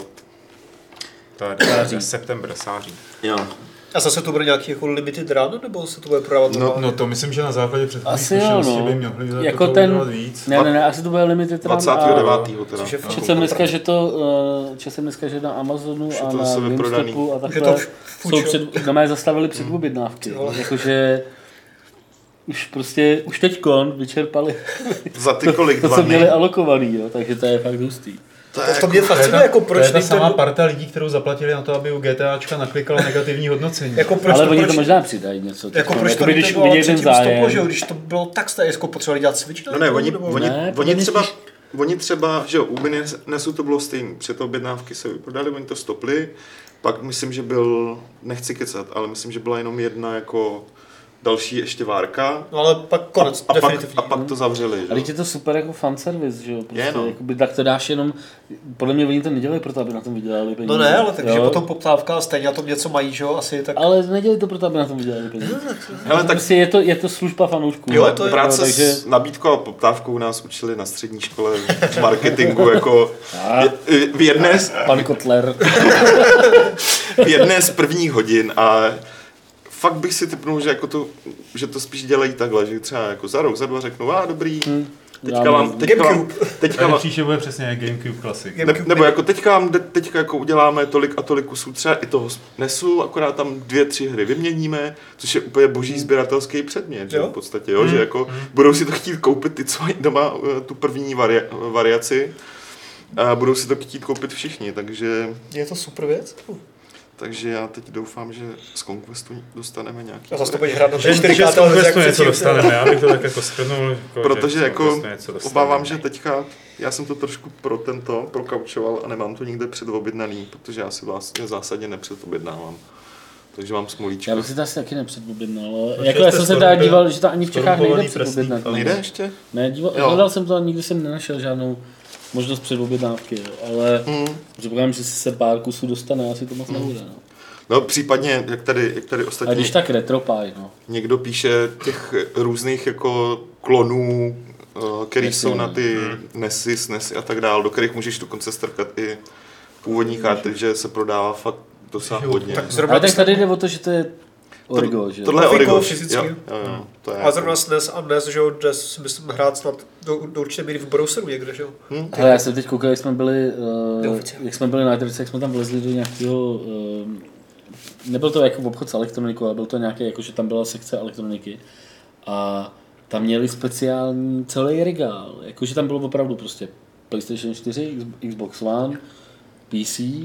tady, Září. september, září. Jo. A zase to bude nějaký jako limited run, nebo se to bude prodávat No, normálně? No to myslím, že na základě předchozích Asi jo, zkušeností no. by měli za Jako to ten, udělat víc. ne, ne, ne, asi to bude limited run dvacátého a devátého teda. Což je No. četl jsem dneska, že to, uh, četl jsem dneska, že na Amazonu Už je a to na zase vyprodaný. GameStopu a Je takhle to fuč, jsou jo. před, na mé zastavili předobjednávky. Ty vole. Jakože už prostě, už teď kon vyčerpali Za ty kolik, to, dva co dny? měli alokovaný, jo, takže to je fakt hustý. To je To, to jako, mě fascinuje, jako to proč je ta samá Nintendo, parta lidí, kterou zaplatili na to, aby u GTAčka naklikala negativní hodnocení. jako proč Ale to, oni proč, to možná přidají něco. jako teď, proč to jakoby, když Nintendo ale uvidí ten předtím stoplo, zájem. že jo, když to bylo tak staré, jako potřebovali dělat Switch? no ne, oni, nebo- oni, Ne, oni, podle třeba, mě oni třeba, že jo, u Mininesu to bylo stejný, před objednávky se vyprodali, oni to stopli, pak myslím, že byl, nechci kecat, ale myslím, že byla jenom jedna jako další ještě várka No ale pak konec, a, pak, definitivní. a pak to zavřeli, že Ale jo. je to super jako fanservice, že jo? Prostě, Je, no. jakoby, tak to dáš jenom, podle mě oni to nedělají proto, aby na tom vydělali peníze. No ne, ale takže jo? potom poptávka, stejně na tom něco mají, že jo, asi tak... Ale nedělají to proto, aby na tom vydělali peníze. Hele, tak Prostě je to, je to služba fanoušků. Jo, ale to je- práce no, takže- s nabídkou a poptávkou nás učili na střední škole v marketingu jako je- v jedné, z- Pan Kotler. v jedné z prvních hodin a fakt bych si typnul, že, jako to, že to spíš dělají takhle, že třeba jako za rok, za dva řeknu, a dobrý, teďka Já vám, mám- teďka vám, Gamecube. teďka Ale vám, příště bude přesně jak GameCube Classic. ne, nebo jako teďka vám, de- teďka jako uděláme tolik a tolik kusů třeba i toho nesu, akorát tam dvě, tři hry vyměníme, což je úplně boží sběratelský předmět, že Jo. v podstatě, jo, že jako budou si to chtít koupit ty, co mají doma eh, tu první varia, variaci, a budou si to chtít koupit všichni, takže, Je to super věc. Uh. takže já teď doufám, že z Conquestu dostaneme nějaký. A zase to budeš hrát na Že čtyři že ká z toho televizi, jak něco předtím. dostaneme, já bych to tak jako shrnul. Jako, Protože že z jako Conquestu něco dostaneme. obávám, že teďka, já jsem to trošku pro tento, prokaučoval a nemám to nikde předobjednaný, protože já si vlastně zásadně nepředobjednávám. Takže mám smolíčko. Já bych si to asi taky nepředobjednal, ale No, jako že já jste jsem se storm- teda díval, že to ani v Čechách nejde stormpovaný předobjednat. prsník, Nejde ještě? Ne, díval, Jo. hledal jsem to a nikdy jsem nenašel žádnou možnost předobjednávky, jo. Ale Mm. předpokládám, že si se pár kusů dostane, asi to moc nebude. No. No případně, jak tady, jak tady A ostatní když tak retropie, no. někdo píše těch různých jako klonů, eh, který Jasně, jsou na no. ty Nesy, SNESy a tak dál, do kterých můžeš dokonce strkat i původní karty, že se prodává fakt docela hodně. Tak zrovna Ale tak bys- tady jde o to, že to je Origo, že? Tohle je Grafikou Origo, fyzicky. jo, jo, jo, to je. A zrovna S N E S a N E S, že jo, kde si myslím hrát snad do, do určité míry v browseru někde, že jo. Hm? Hele, já jsem teď koukal, jak jsme byli, uh, Neoficiálně. jak jsme byli na trce, jak jsme tam vlezli do nějakého, uh, nebyl to jako obchod s elektronikou, ale byl to nějaký, jako že tam byla sekce elektroniky a tam měli speciální celý regál, jakože tam bylo opravdu prostě PlayStation čtyři, Xbox One, P C,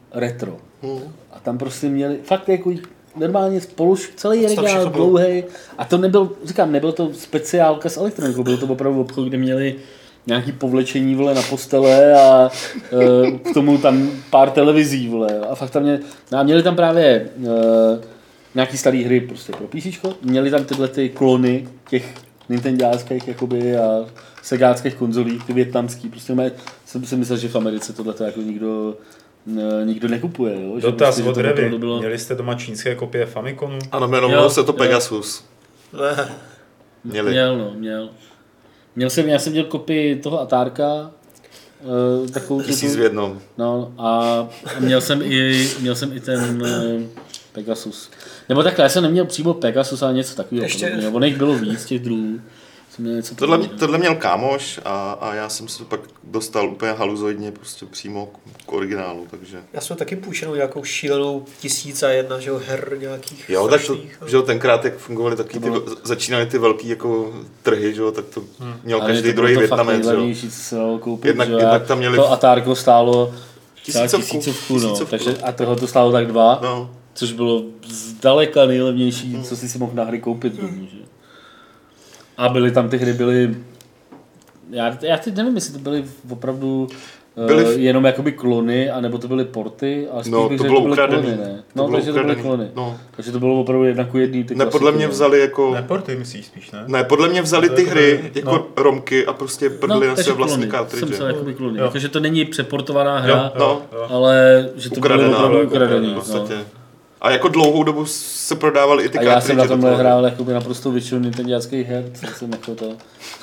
retro. Hmm. A tam prostě měli fakt jako normálně spolu celý Co tam regál všechno bylo? dlouhý. A to nebyl, říkám, nebyl to speciálka s elektronikou, byl to opravdu obchod, kde měli nějaký povlečení, vole, na postele a e, k tomu tam pár televizí, vole. A fakt tam mě, no a měli tam právě e, nějaký starý hry prostě pro PCčko, měli tam tyhle ty klony těch nintendáckých jakoby a segáckých konzolí, ty vietnamský, prostě mé, jsem si myslel, že v Americe tohleto jako nikdo, ne, nikdo nekupuje, jo? Že Dotaz prostě, od že to Revy. opravdu bylo... Měli jste doma čínské kopie Famiconu? Ano, jmenovalo Jo, se to jo. Pegasus. Ne. Měli. Měl, no, měl. Měl jsem, já jsem měl kopii toho Atárka, uh, takovou Tisíc v jednom. No a, a měl jsem i, měl jsem i ten uh, Pegasus. Nebo takhle, já jsem neměl přímo Pegasus, ale něco takového. Ještě- Podobného. Ono jich bylo víc, těch druhů. Jsem měl něco Tohle, podobného. tohle měl kámoš a, a já jsem se pak dostal úplně haluzoidně prostě přímo k, k originálu, takže... Já jsem taky půjčenou nějakou šílenou tisíc a jedna, že jo, her nějakých Jo, tak to, strašných, no. že jo, tenkrát, jak fungovaly taky ty, bylo- začínaly ty velký jako trhy, že jo, tak to měl Ale každý to bylo druhý to fakt Vietnamec, že jo. nejlevnější, co se dalo koupit. Jednak- že jo. jednak Já- tam měli- To Atárko stálo třeba Tisícovku. tisícovku, no. Tisícovku. Takže, a tohle to stálo tak dva, No, což bylo zdaleka nejlevnější, co jsi si mohl na hry koupit. Hmm. Že? A byly tam ty hry, byly... Já, já teď nevím, jestli to byly opravdu Byly byly v- jenom jakoby klony, anebo to byly porty, ale spíš no bych to řekl, bylo že byly ukradený. klony, ne? To No, bylo takže to byly ukradený. klony. No. Takže to bylo opravdu jedna ku jedný. ty Ne, podle klasiky, mě no. vzali jako... Ne, porty myslíš spíš, ne? Ne, podle mě vzali To ty jako hry byly- jako no. romky a prostě prdli na takže své vlastní klony. Jsem kartridže. psal jakoby klony. Jo. Jakože to není přeportovaná hra, Jo, No, jo. ale že to bylo Ukradená, opravdu ale ukradený. v podstatě. No. A jako dlouhou dobu se prodávaly i ty A kartridže. já jsem na do tomhle toho. hrál jakoby naprosto většinu nintendáckých her, co jsem jako to...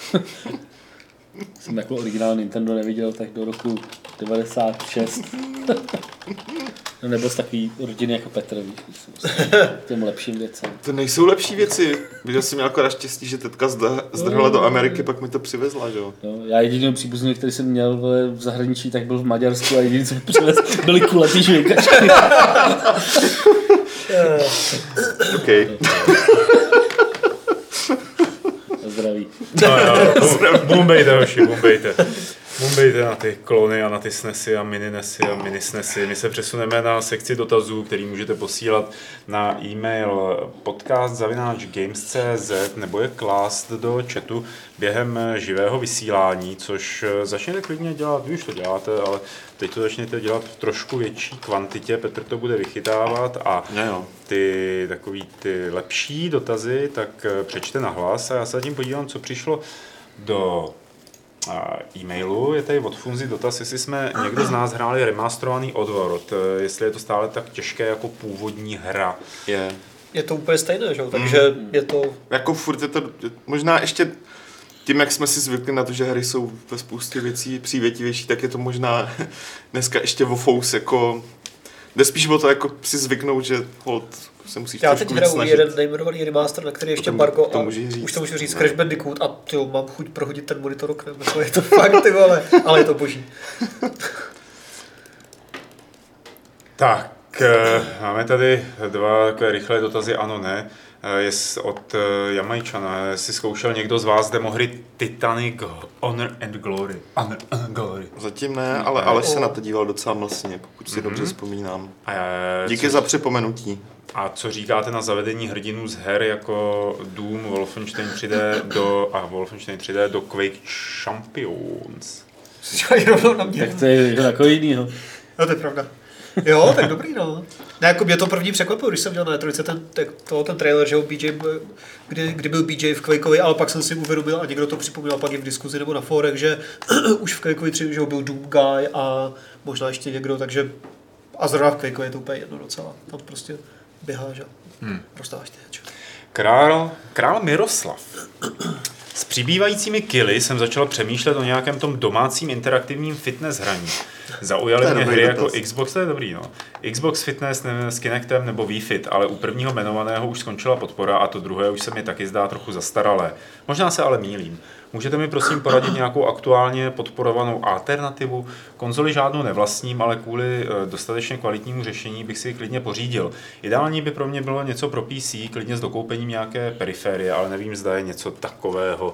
jsem jako originál Nintendo neviděl tak do roku devadesát šest. No nebo z takový rodiny jako Petr, víš, myslím, těm lepším věcem. To nejsou lepší věci. Viděl jsem měl akorát štěstí, že teďka zdr- zdrhla do Ameriky, pak mi to přivezla, že jo. No, já jediný příbuzný, který jsem měl vole, v zahraničí, tak byl v Maďarsku a jediný, co mi přivez, byly kulatý žvejkačky. OK. A zdraví. No, jo, bumbejte, hoši, bumbejte. Bumbejte na ty klony a na ty snesy a mini nesy a mini snesy. My se přesuneme na sekci dotazů, který můžete posílat na e-mail podcast zavináč games tečka cé zet nebo je klást do chatu během živého vysílání, což začněte klidně dělat, vy už to děláte, ale teď to začněte dělat v trošku větší kvantitě, Petr to bude vychytávat a No jo. ty takový ty lepší dotazy, tak přečte na hlas a já se zatím podívám, co přišlo do e-mailu. Je tady od Funzy dotaz, jestli jsme někdo z nás hráli remasterovaný Oddworld, jestli je to stále tak těžké jako původní hra. Je. Je to úplně stejné, že jo, takže je to... Jako furt je to, možná ještě tím, jak jsme si zvykli na to, že hry jsou ve spoustě věcí přívětivější, tak je to možná dneska ještě o fous, jako jde spíš o to, jako si zvyknout, že hold se musíš Já teď trošku víc hraju snažit. jeden nejmenovaný remaster, na který ještě To- Margo to a můžeš říct. už to můžu říct, Ne. Crash Bandicoot a tyjo, mám chuť prohodit ten monitor oknem, jako je to fakt, ty vole, ale je to boží. Tak, eh, máme tady dva takové rychlé dotazy, ano, ne. Eh, Je z- od eh, Jamajčana, jestli zkoušel někdo z vás demohry Titanic Honor and Glory. Honor and Glory. Zatím ne, ale Aleš se na to díval docela mlsně, pokud si dobře vzpomínám. A, eh, Díky co, za připomenutí. a co říkáte na zavedení hrdinů z her jako Doom, Wolfenstein tři dé do, a Wolfenstein tři dé do Quake Champions? Říkají rovnou na mě. Tak to je jako jinýho. No to je pravda. Jo, tak dobrý, no. Ne, jako mě to první překvapilo, když jsem měl na trojce ten, ten, to, ten trailer, že jo, B J, kdy, kdy byl B J v Quakeovi, ale pak jsem si uvědomil a někdo to připomněl pak i v diskuzi nebo na fórech, že už v Quakeovi tři, že jo, byl Doom Guy a možná ještě někdo, takže a zrovna v Quakeovi je to úplně jedno docela. Tam prostě běháš a hmm. rozdáváš ty heče. Král, král Miroslav. S přibývajícími killy jsem začal přemýšlet o nějakém tom domácím interaktivním fitness hraní. Zaujaly To je mě dobrý hry dotaz. jako Xbox, to je dobrý, no. Xbox Fitness ne, s Kinectem nebo Wii Fit, ale u prvního jmenovaného už skončila podpora a to druhé už se mi taky zdá trochu zastaralé. Možná se ale mýlím. Můžete mi prosím poradit nějakou aktuálně podporovanou alternativu? Konzoli žádnou nevlastním, ale kvůli e, dostatečně kvalitnímu řešení bych si ji klidně pořídil. Ideální by pro mě bylo něco pro P C, klidně s dokoupením nějaké periférie, ale nevím, zda je něco takového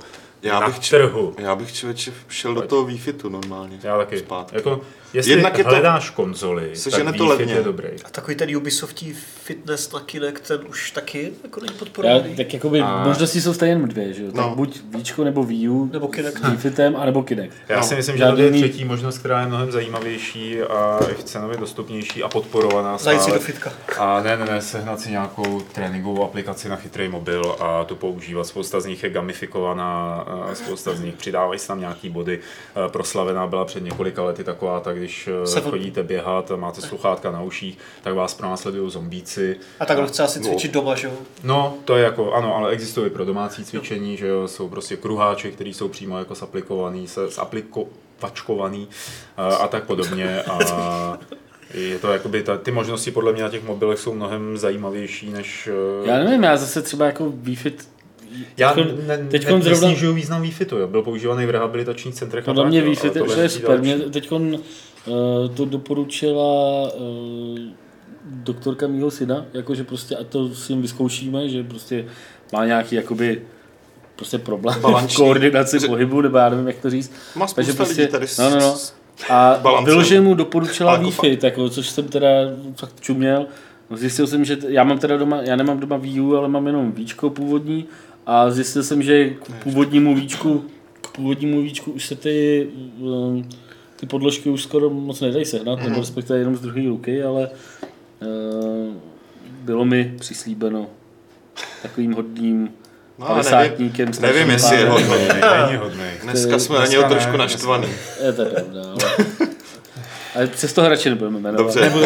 Já na bych, č- trhu. já bych člověče šel do toho Wi-Fitu normálně. Já taky. Zpátky. Jako, jestli Jednak je to- hledáš konzoli, tak sežene to Wii Fit levně. je dobrý. A takový ten Ubisoftí fitness na Kinect, ten už taky jako není Já, podporovaný. tak jakoby A- možnosti jsou stejně jen dvě, že jo? No. Tak buď Víčko nebo Wii U, Nebo Kinect. s Wi-Fitem, anebo Kinect. Já No, si myslím, že žádný to je jiný- třetí možnost, která je mnohem zajímavější a i cenově dostupnější a podporovaná Zajít si stále. do fitka. A ne, ne, ne, sehnat si nějakou tréninkovou aplikaci na chytrý mobil a tu používat. Spousta z nich je gamifikovaná, a spousta z nich přidávají si tam nějaký body. Eh, Proslavená byla před několika lety taková, tak když eh, Seven. chodíte běhat a máte sluchátka na uších, tak vás pronásledují zombíci. A takhle chce asi cvičit doma, že jo? No, to je jako, ano, ale existují i pro domácí cvičení, že jo, jsou prostě kruháče, které jsou přímo jako zaplikovaný, se- zaplikovačkovaný a, a tak podobně. A je to jakoby, ta, ty možnosti podle mě na těch mobilech jsou mnohem zajímavější než... eh, Já nevím, já zase třeba jako Wi-Fi, já teďkon- ne, ne, teďkon ne, zrovna- nesnižuju význam Wi-Fitu, jo. Byl používaný v rehabilitačních centrech. a podle tak, mě jo, Wi-Fi, ale tohle to je mi přijde super. Mě lepší. teďkon uh, to doporučila uh, doktorka mýho syna, jakože prostě, a to si jim vyzkoušíme, že prostě má nějaký jakoby prostě problém v Balanční. koordinaci Že- pohybu, nebo já nevím, jak to říct. Má spousta Takže lidí tady s, no, no, no. s- A balancem. vyloženě mu doporučila Ale jako Wi-Fi, tak, což jsem teda fakt čuměl. Zjistil jsem, že t- já mám teda doma, já nemám doma Wii U, ale mám jenom Víčko původní a zjistil jsem, že k původnímu Víčku, k původnímu Víčku už se ty, um, ty podložky už skoro moc nedají sehnat, mm-hmm. nebo respektive jenom z druhé ruky, ale uh, bylo mi přislíbeno takovým hodným No, ale nevím, padesátníkem. nevím, jestli je hodný. Není hodný. Dneska jsme na Dneska něho ne, trošku dneska naštvaný. Je to pravda, ale... Ale přesto hradši nebudeme jmenovat. Dobře. Nebudu,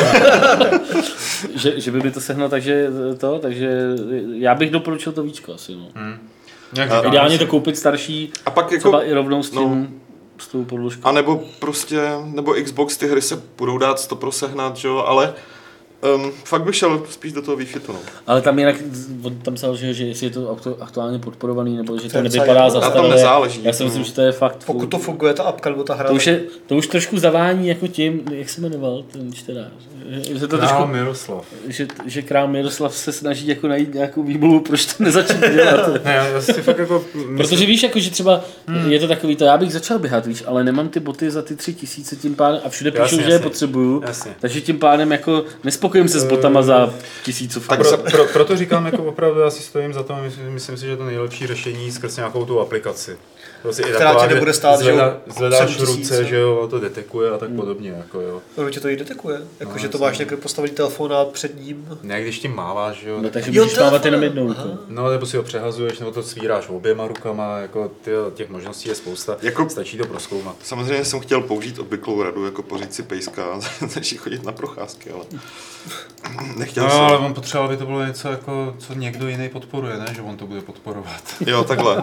že, že by mi to sehnal, takže to, takže já bych doporučil to Víčko asi, no. Hmm. Jak A- říkám, Ideálně to koupit starší, A pak třeba jako, i rovnou s tím, no. s tou podložkou. a nebo prostě, nebo Xbox, ty hry se budou dát sto pro sehnat, že jo, ale um, fakt bych šel spíš do toho Wi-Fi, no. Ale tam jinak, tam psal, že, že jestli je to aktu- aktuálně podporovaný, nebo že to To je nevypadá docela- za Na tom staré. nezáleží. Já si myslím, že to je fakt. Pokud to funguje, ta apka nebo ta hra. to už, je, to už trošku zavání jako tím, jak se jmenoval ten čtenář. Že, že to Král trošku, Miroslav. že, že král Miroslav se snaží jako najít nějakou výmluvu, proč to nezačít dělat. Ne, já si fakt jako... Protože víš, jako, že třeba hmm. je to takový, to já bych začal běhat, víš, ale nemám ty boty za ty tři tisíce tím pádem a všude píšou, Jasně, že je jasně. potřebuju, Jasně. takže tím pádem jako nespokojím se s botama za tisícovku. Tak Pro, za- pro, proto říkám, jako opravdu já si stojím za to, myslím, myslím si, že je to nejlepší řešení skrz nějakou tu aplikaci. Prostě i Která taková, tě že nebude stát, že jo, zvedá, zvedáš sedm tisíc, ruce, no. že jo, to detekuje a tak podobně, jako jo. No, tě to i detekuje. Jako, No, že to jasně. máš někde postavený telefon a před ním. Ne, když tím máváš, že jo. No, tak- takže Jo, můžeš mávat telefon. jenom jednou Aha. rukou. No, nebo si ho přehazuješ, nebo to svíráš oběma rukama, jako ty, těch možností je spousta, Jako- stačí to prozkoumat. Samozřejmě jsem chtěl použít obvyklou radu, jako pořídit si pejska a začít chodit na procházky, ale nechtěl No, jsem. ale on potřeboval, aby to bylo něco, jako, co někdo jiný podporuje, ne, že on to bude podporovat. Jo, takhle.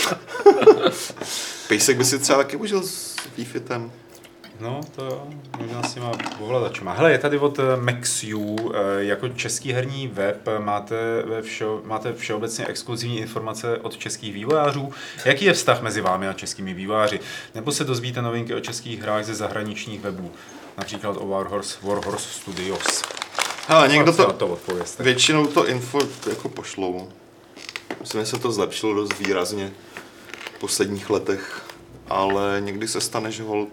Pejsek by si třeba taky užil s Wi-Fitem. No, to jo, možná s těma ovladačema. Hele, je tady od eh, Maxiu, eh, jako český herní web, máte, ve všeo, máte všeobecně exkluzivní informace od českých vývojářů. Jaký je vztah mezi vámi a českými vývojáři? Nebo se dozvíte novinky o českých hrách ze zahraničních webů? Například o Warhorse, Warhorse Studios. Hele, někdo Co na to, to odpověste. většinou to info jako pošlou. Myslím, že se to zlepšilo dost výrazně v posledních letech, ale někdy se stane, že hold.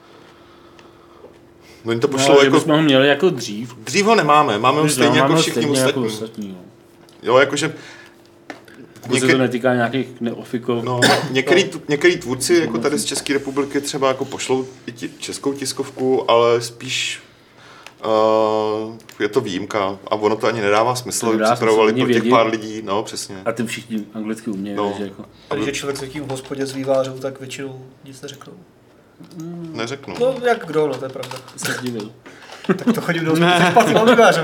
Oni to No, pošlou že jako... bychom ho měli jako dřív. Dřív ho nemáme, máme ho Máme stejně jako ho všichni stejně jako ostatní. ostatní. No. Jo, jakože... Pokud se to netýká nějakých neofikov. No, některý, tu- některý tvůrci jako tady z České republiky třeba jako pošlou i ti, českou tiskovku, ale spíš uh, je to výjimka a ono to ani nedává smysl, To aby nedá připravovali smysl, pro těch oni pár lidí, no přesně. A ty všichni anglicky umějí, No. takže jako... A když je člověk zatím v hospodě s vývářů, tak většinou nic neřeknou. Neřeknu. No, jak kdo, no, to je pravda. Se divil. Tak to chodím do hospody se špatným vývářem.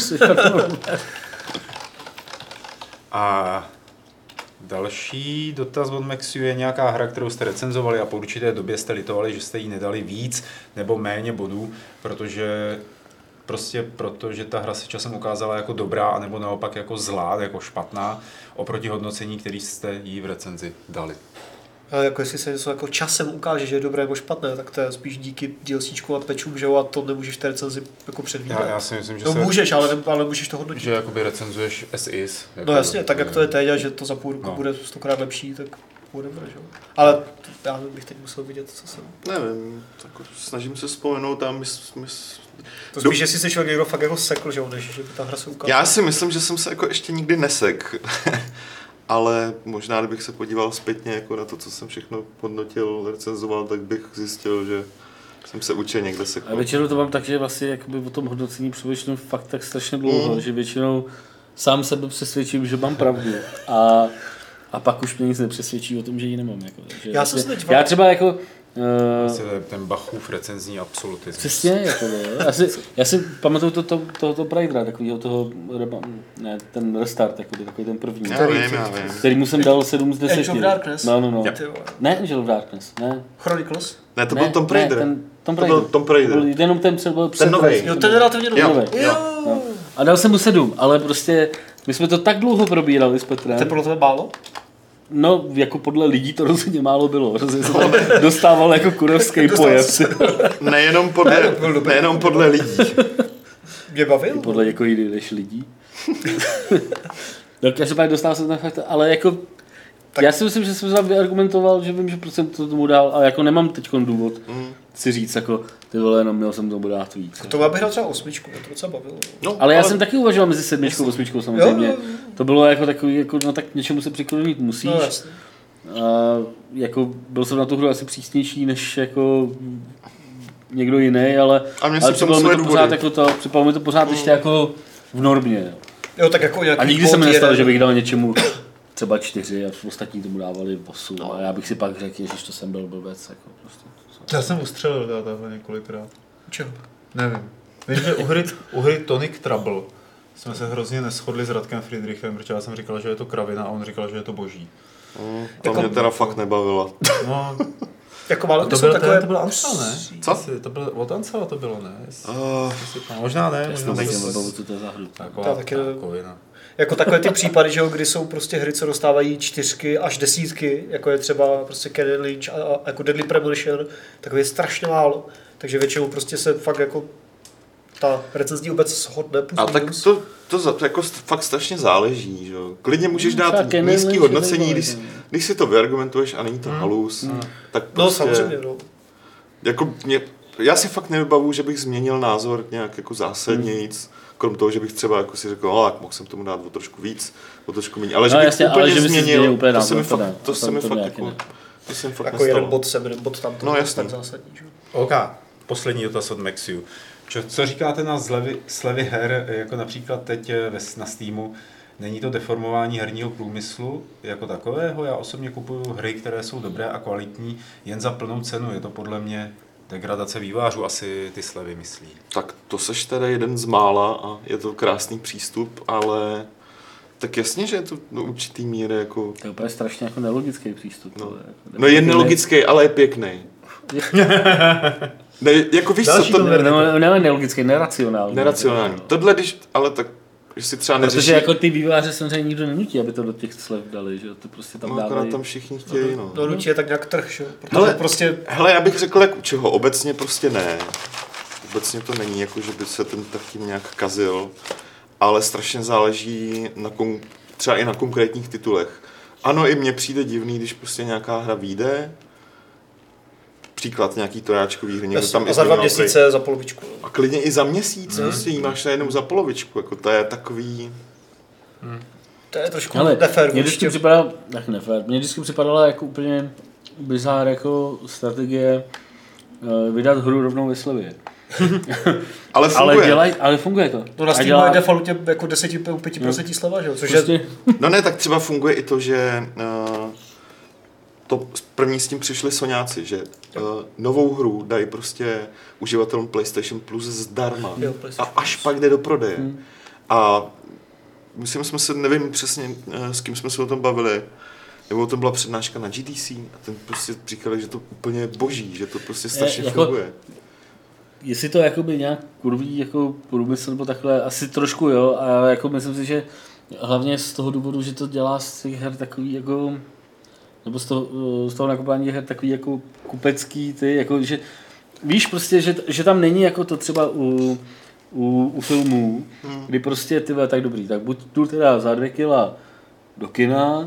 A další dotaz od Maxiu je nějaká hra, kterou jste recenzovali a po určité době jste litovali, že jste jí nedali víc nebo méně bodů, protože prostě proto, že ta hra se časem ukázala jako dobrá, anebo naopak jako zlá, jako špatná, oproti hodnocení, který jste jí v recenzi dali. Ale jako jestli se něco jako časem ukáže, že je dobré nebo špatné, tak to je spíš díky DLCčku a pečům, že jo, a to nemůžeš v té recenzi jako předvídat. Já, já si myslím, že, No se, můžeš, ale, ne, ale můžeš to hodnotit. že jakoby recenzuješ as is. Jako No jasně, tak jak to je teď a že to za půl roku No. bude stokrát lepší, tak whatever, že jo. Ale já bych teď musel vidět, co jsem. Nevím, tak snažím se vzpomenout tam, my, my, To spíš, jestli jsi člověk někdo fakt jako sekl, že jo, než že by ta hra se ukázala. já si myslím, že jsem se jako ještě nikdy nesek, ale možná, kdybych se podíval zpětně jako na to, co jsem všechno hodnotil, recenzoval, tak bych zjistil, že jsem se učil někde sekl. A většinou to mám tak, že vlastně jakoby o tom hodnocení přemýšlím fakt tak strašně dlouho, mm. že většinou sám sebe přesvědčím, že mám pravdu a, a pak už mě nic nepřesvědčí o tom, že ji nemám. Jako, že já, jsem vlastně, teď já třeba jako... Uh, ten Bachův recenzní absolutismus. Přesně, jako no. já, si, já si pamatuju to, to, tohoto Pridera, takovýho toho, ne, ten restart, takový, takový ten první, já který, vím, já vím. který mu jsem dal sedm z deseti. Angel of Darkness? No, no, no. Yep. Ne Angel of Darkness, ne. Chronicles? Ne, to byl Tom Raider. Ne, ten, Tom to byl Tom Raider. To byl jenom ten před, byl před ten novej. Jo, ten je relativně nový. Jo, jo. No. A dal jsem mu sedm, ale prostě my jsme to tak dlouho probírali s Petrem. To bylo tebe málo? No, jako podle lidí to rozhodně málo bylo. Rozhodně se tam dostával jako kurovský pojev. Nejenom podle, ne, nejenom podle lidí. Mě bavil? I podle jako jiných než lidí. No, každopádně dostal jsem ten fakt, ale jako tak. Já si myslím, že jsem vám vyargumentoval, že vím, že proč jsem to tomu dal, ale jako nemám teď důvod mm. si říct, jako ty vole, jenom měl jsem tomu dát víc. To bych dal třeba osmičku, mě to docela bavilo. No, ale, ale já jsem taky uvažoval mezi sedmičkou a osmičkou samozřejmě. Jo. To bylo jako takový, jako, no tak něčemu se přiklonit musíš. No, jasně. A jako byl jsem na tu hru asi přísnější než jako někdo jiný, ale, ale připadalo mi to pořád jako to, připadalo mi to pořád mm. ještě jako v normě. Jo, tak jako a nikdy se mi nestalo, že bych dal něčemu třeba čtyři a ostatní tomu dávali osm no. A já bych si pak řekl, že to jsem byl blbec. Jako prostě. Já jsem ustřelil takhle několikrát. Čeho? Nevím. Vím, že u hry, u hry Tonic Trouble jsme se hrozně neshodli s Radkem Friedrichem, protože já jsem říkal, že je to kravina a on říkal, že je to boží. Mm, to jako... mě teda fakt nebavilo. No, jako málo to, jsou byl, takové... to byl Ansel, ne? Co? To byl, od Ansela to bylo, ne? Uh, možná ne. Možná nejsem nebavu, co to je za hru. Taková taky... kovina. Jako takové ty případy, že jo, kdy jsou prostě hry, co dostávají čtyřky až desítky, jako je třeba prostě Kennedy Lynch a, a jako Deadly Premonition, takové je strašně málo. Takže většinou prostě se fakt jako ta recenzní obec shodne. A tak to, to, to jako fakt strašně záleží, že jo. Klidně můžeš dát nízký hodnocení, když, když si to vyargumentuješ a není to hmm. halus, hmm. tak prostě... No samozřejmě, no. Jako mě, já si fakt nevybavu, že bych změnil názor nějak jako zásadně nic. Hmm. Krom toho, že bych třeba jako si řekl, no, tak mohl jsem tomu dát o trošku víc, o trošku méně, ale že no, bych jasně, úplně ale že změnil, úplně to se mi to fakt, to se mi fakt jako, to se mi fakt jako jeden bod sem, jeden bod tam, to no, je tak zásadní. Že? OK, poslední dotaz od Maxiu. Čo, co říkáte na zlevy, slevy her, jako například teď na Steamu, není to deformování herního průmyslu jako takového? Já osobně kupuju hry, které jsou dobré a kvalitní jen za plnou cenu, je to podle mě degradace vývojářů, asi ty slevy myslí. Tak to seš teda jeden z mála a je to krásný přístup, ale tak jasně, že je to do určitý míry jako... To je úplně strašně jako nelogický přístup. No, jako no je nelogický, ale je pěkný. ne, jako víš co, to... Ne, ne, ne, nelogický, neracionální. Neracionální. Tohle, když, ale tak, když si třeba neřeší... Protože jako ty vývojáře samozřejmě nikdo nenutí, aby to do těch slev dali, že to prostě tam no, dávají. No, tam všichni chtějí, no. No, nutí je tak nějak trh, že? Protože hele, prostě... hele, já bych řekl, jak u čeho, obecně prostě ne. Obecně to není jako, že by se ten trh tím nějak kazil, ale strašně záleží na kon, třeba i na konkrétních titulech. Ano, i mně přijde divný, když prostě nějaká hra vyjde, příklad nějaký trojáčkový hry, někdo tam a za dva měsíce prej. Za polovičku. A klidně i za měsíc, hmm. prostě jí máš jenom za polovičku, jako to je takový... Hmm. To je trošku ale nefér. Mně vždycky připadala, tak nefér, mně vždycky připadala jako úplně bizár jako strategie uh, vydat hru rovnou ve slevě. ale funguje. Ale, dělaj, ale funguje to. No na Steamu dělá... je defaultě jako deset až pět procent no. sleva, že jo? Což prostě... je... No ne, tak třeba funguje i to, že uh, to první s tím přišli Soňáci, že uh, novou hru dají prostě uživatelům PlayStation Plus zdarma. Jo, a až pak jde do prodeje. Hmm. A myslím, jsme se, nevím přesně, uh, s kým jsme se o tom bavili, nebo to byla přednáška na G D C a ten prostě říkali, že to úplně boží, že to prostě strašně je, jako... funguje. Jestli to jakoby nějak kurví jako průmysl nebo takhle, asi trošku jo, a jako myslím si, že hlavně z toho důvodu, že to dělá z těch her takový jako, nebo z toho, z toho nakupování her takový jako kupecký, ty, jako, že víš prostě, že, že tam není jako to třeba u, u, u filmů, hmm. kdy prostě ty tak dobrý, tak buď jdu teda za dvě kila do kina,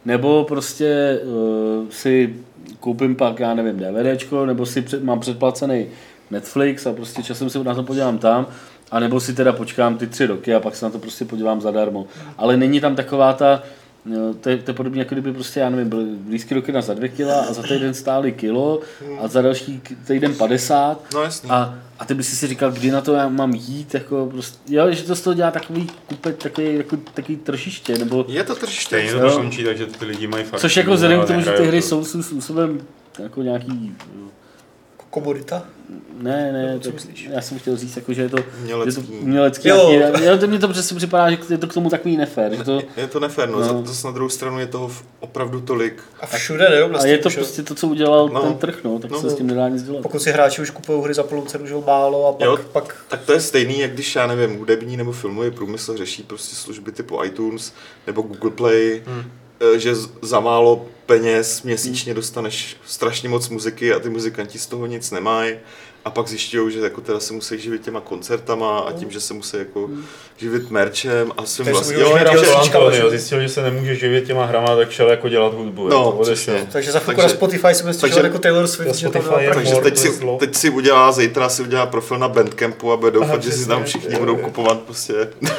nebo prostě uh, si koupím pak, já nevím, DVDčko, nebo si před, mám předplacený Netflix a prostě časem se na to podívám tam, a nebo si teda počkám ty tři roky a pak se na to prostě podívám zadarmo. Ale není tam taková ta, to je, to je podobně jako kdyby prostě, já nevím, byly blízky roky na za dvě kila a za týden stály kilo a za další týden padesát. No jasný. A, a ty bys si říkal, kdy na to já mám jít, jako prostě, jo, že to z toho dělá takový kupec, takový, jako, takový tržiště, nebo... Je to tržiště. Stejně to končí, takže ty lidi mají fakt... Což jako vzhledem k tomu, že ty hry jsou svým způsobem jako nějaký... Komodita? Ne, ne, co tak, myslíš? já jsem chtěl říct, jako, že je to Umělecký. je to umělecký. Jo. Nějaký, já, to, mně to přesně připadá, že je to k tomu takový nefér. Že to, Je to nefér, no. No. Zase na druhou stranu je toho opravdu tolik. A všude nejenom na a je Steamu, to že jo? prostě to, co udělal No. ten trh, no, tak No. se s tím nedá nic dělat. Pokud si hráči už kupují hry za plnou cenu, že jo, málo a pak, Jo. pak Tak to je stejný, jak když, já nevím, hudební nebo filmový průmysl řeší prostě služby typu iTunes nebo Google Play, hmm. že z- za málo peněz měsíčně dostaneš strašně moc muziky a ty muzikanti z toho nic nemají. A pak zjišťují, že jako teda se musí živit těma koncertama a tím, že se musí jako živit merčem a svým Takže vlastně... můžou Jo, živit takže- dílčí- Antonio zjistil, že se nemůže živit těma hrama, tak šel jako dělat hudbu. No, jako odešel. přesně. takže za chvilku Takže- na Spotify si budeš takže- slyšet jako Taylor Swift, Na že tam Spotify je má Takže More, teď to si, je zlo. teď si udělá, zítra si udělá profil na Bandcampu a bude doufat, Aha, že si přesně, tam všichni jo, budou jo. kupovat prostě.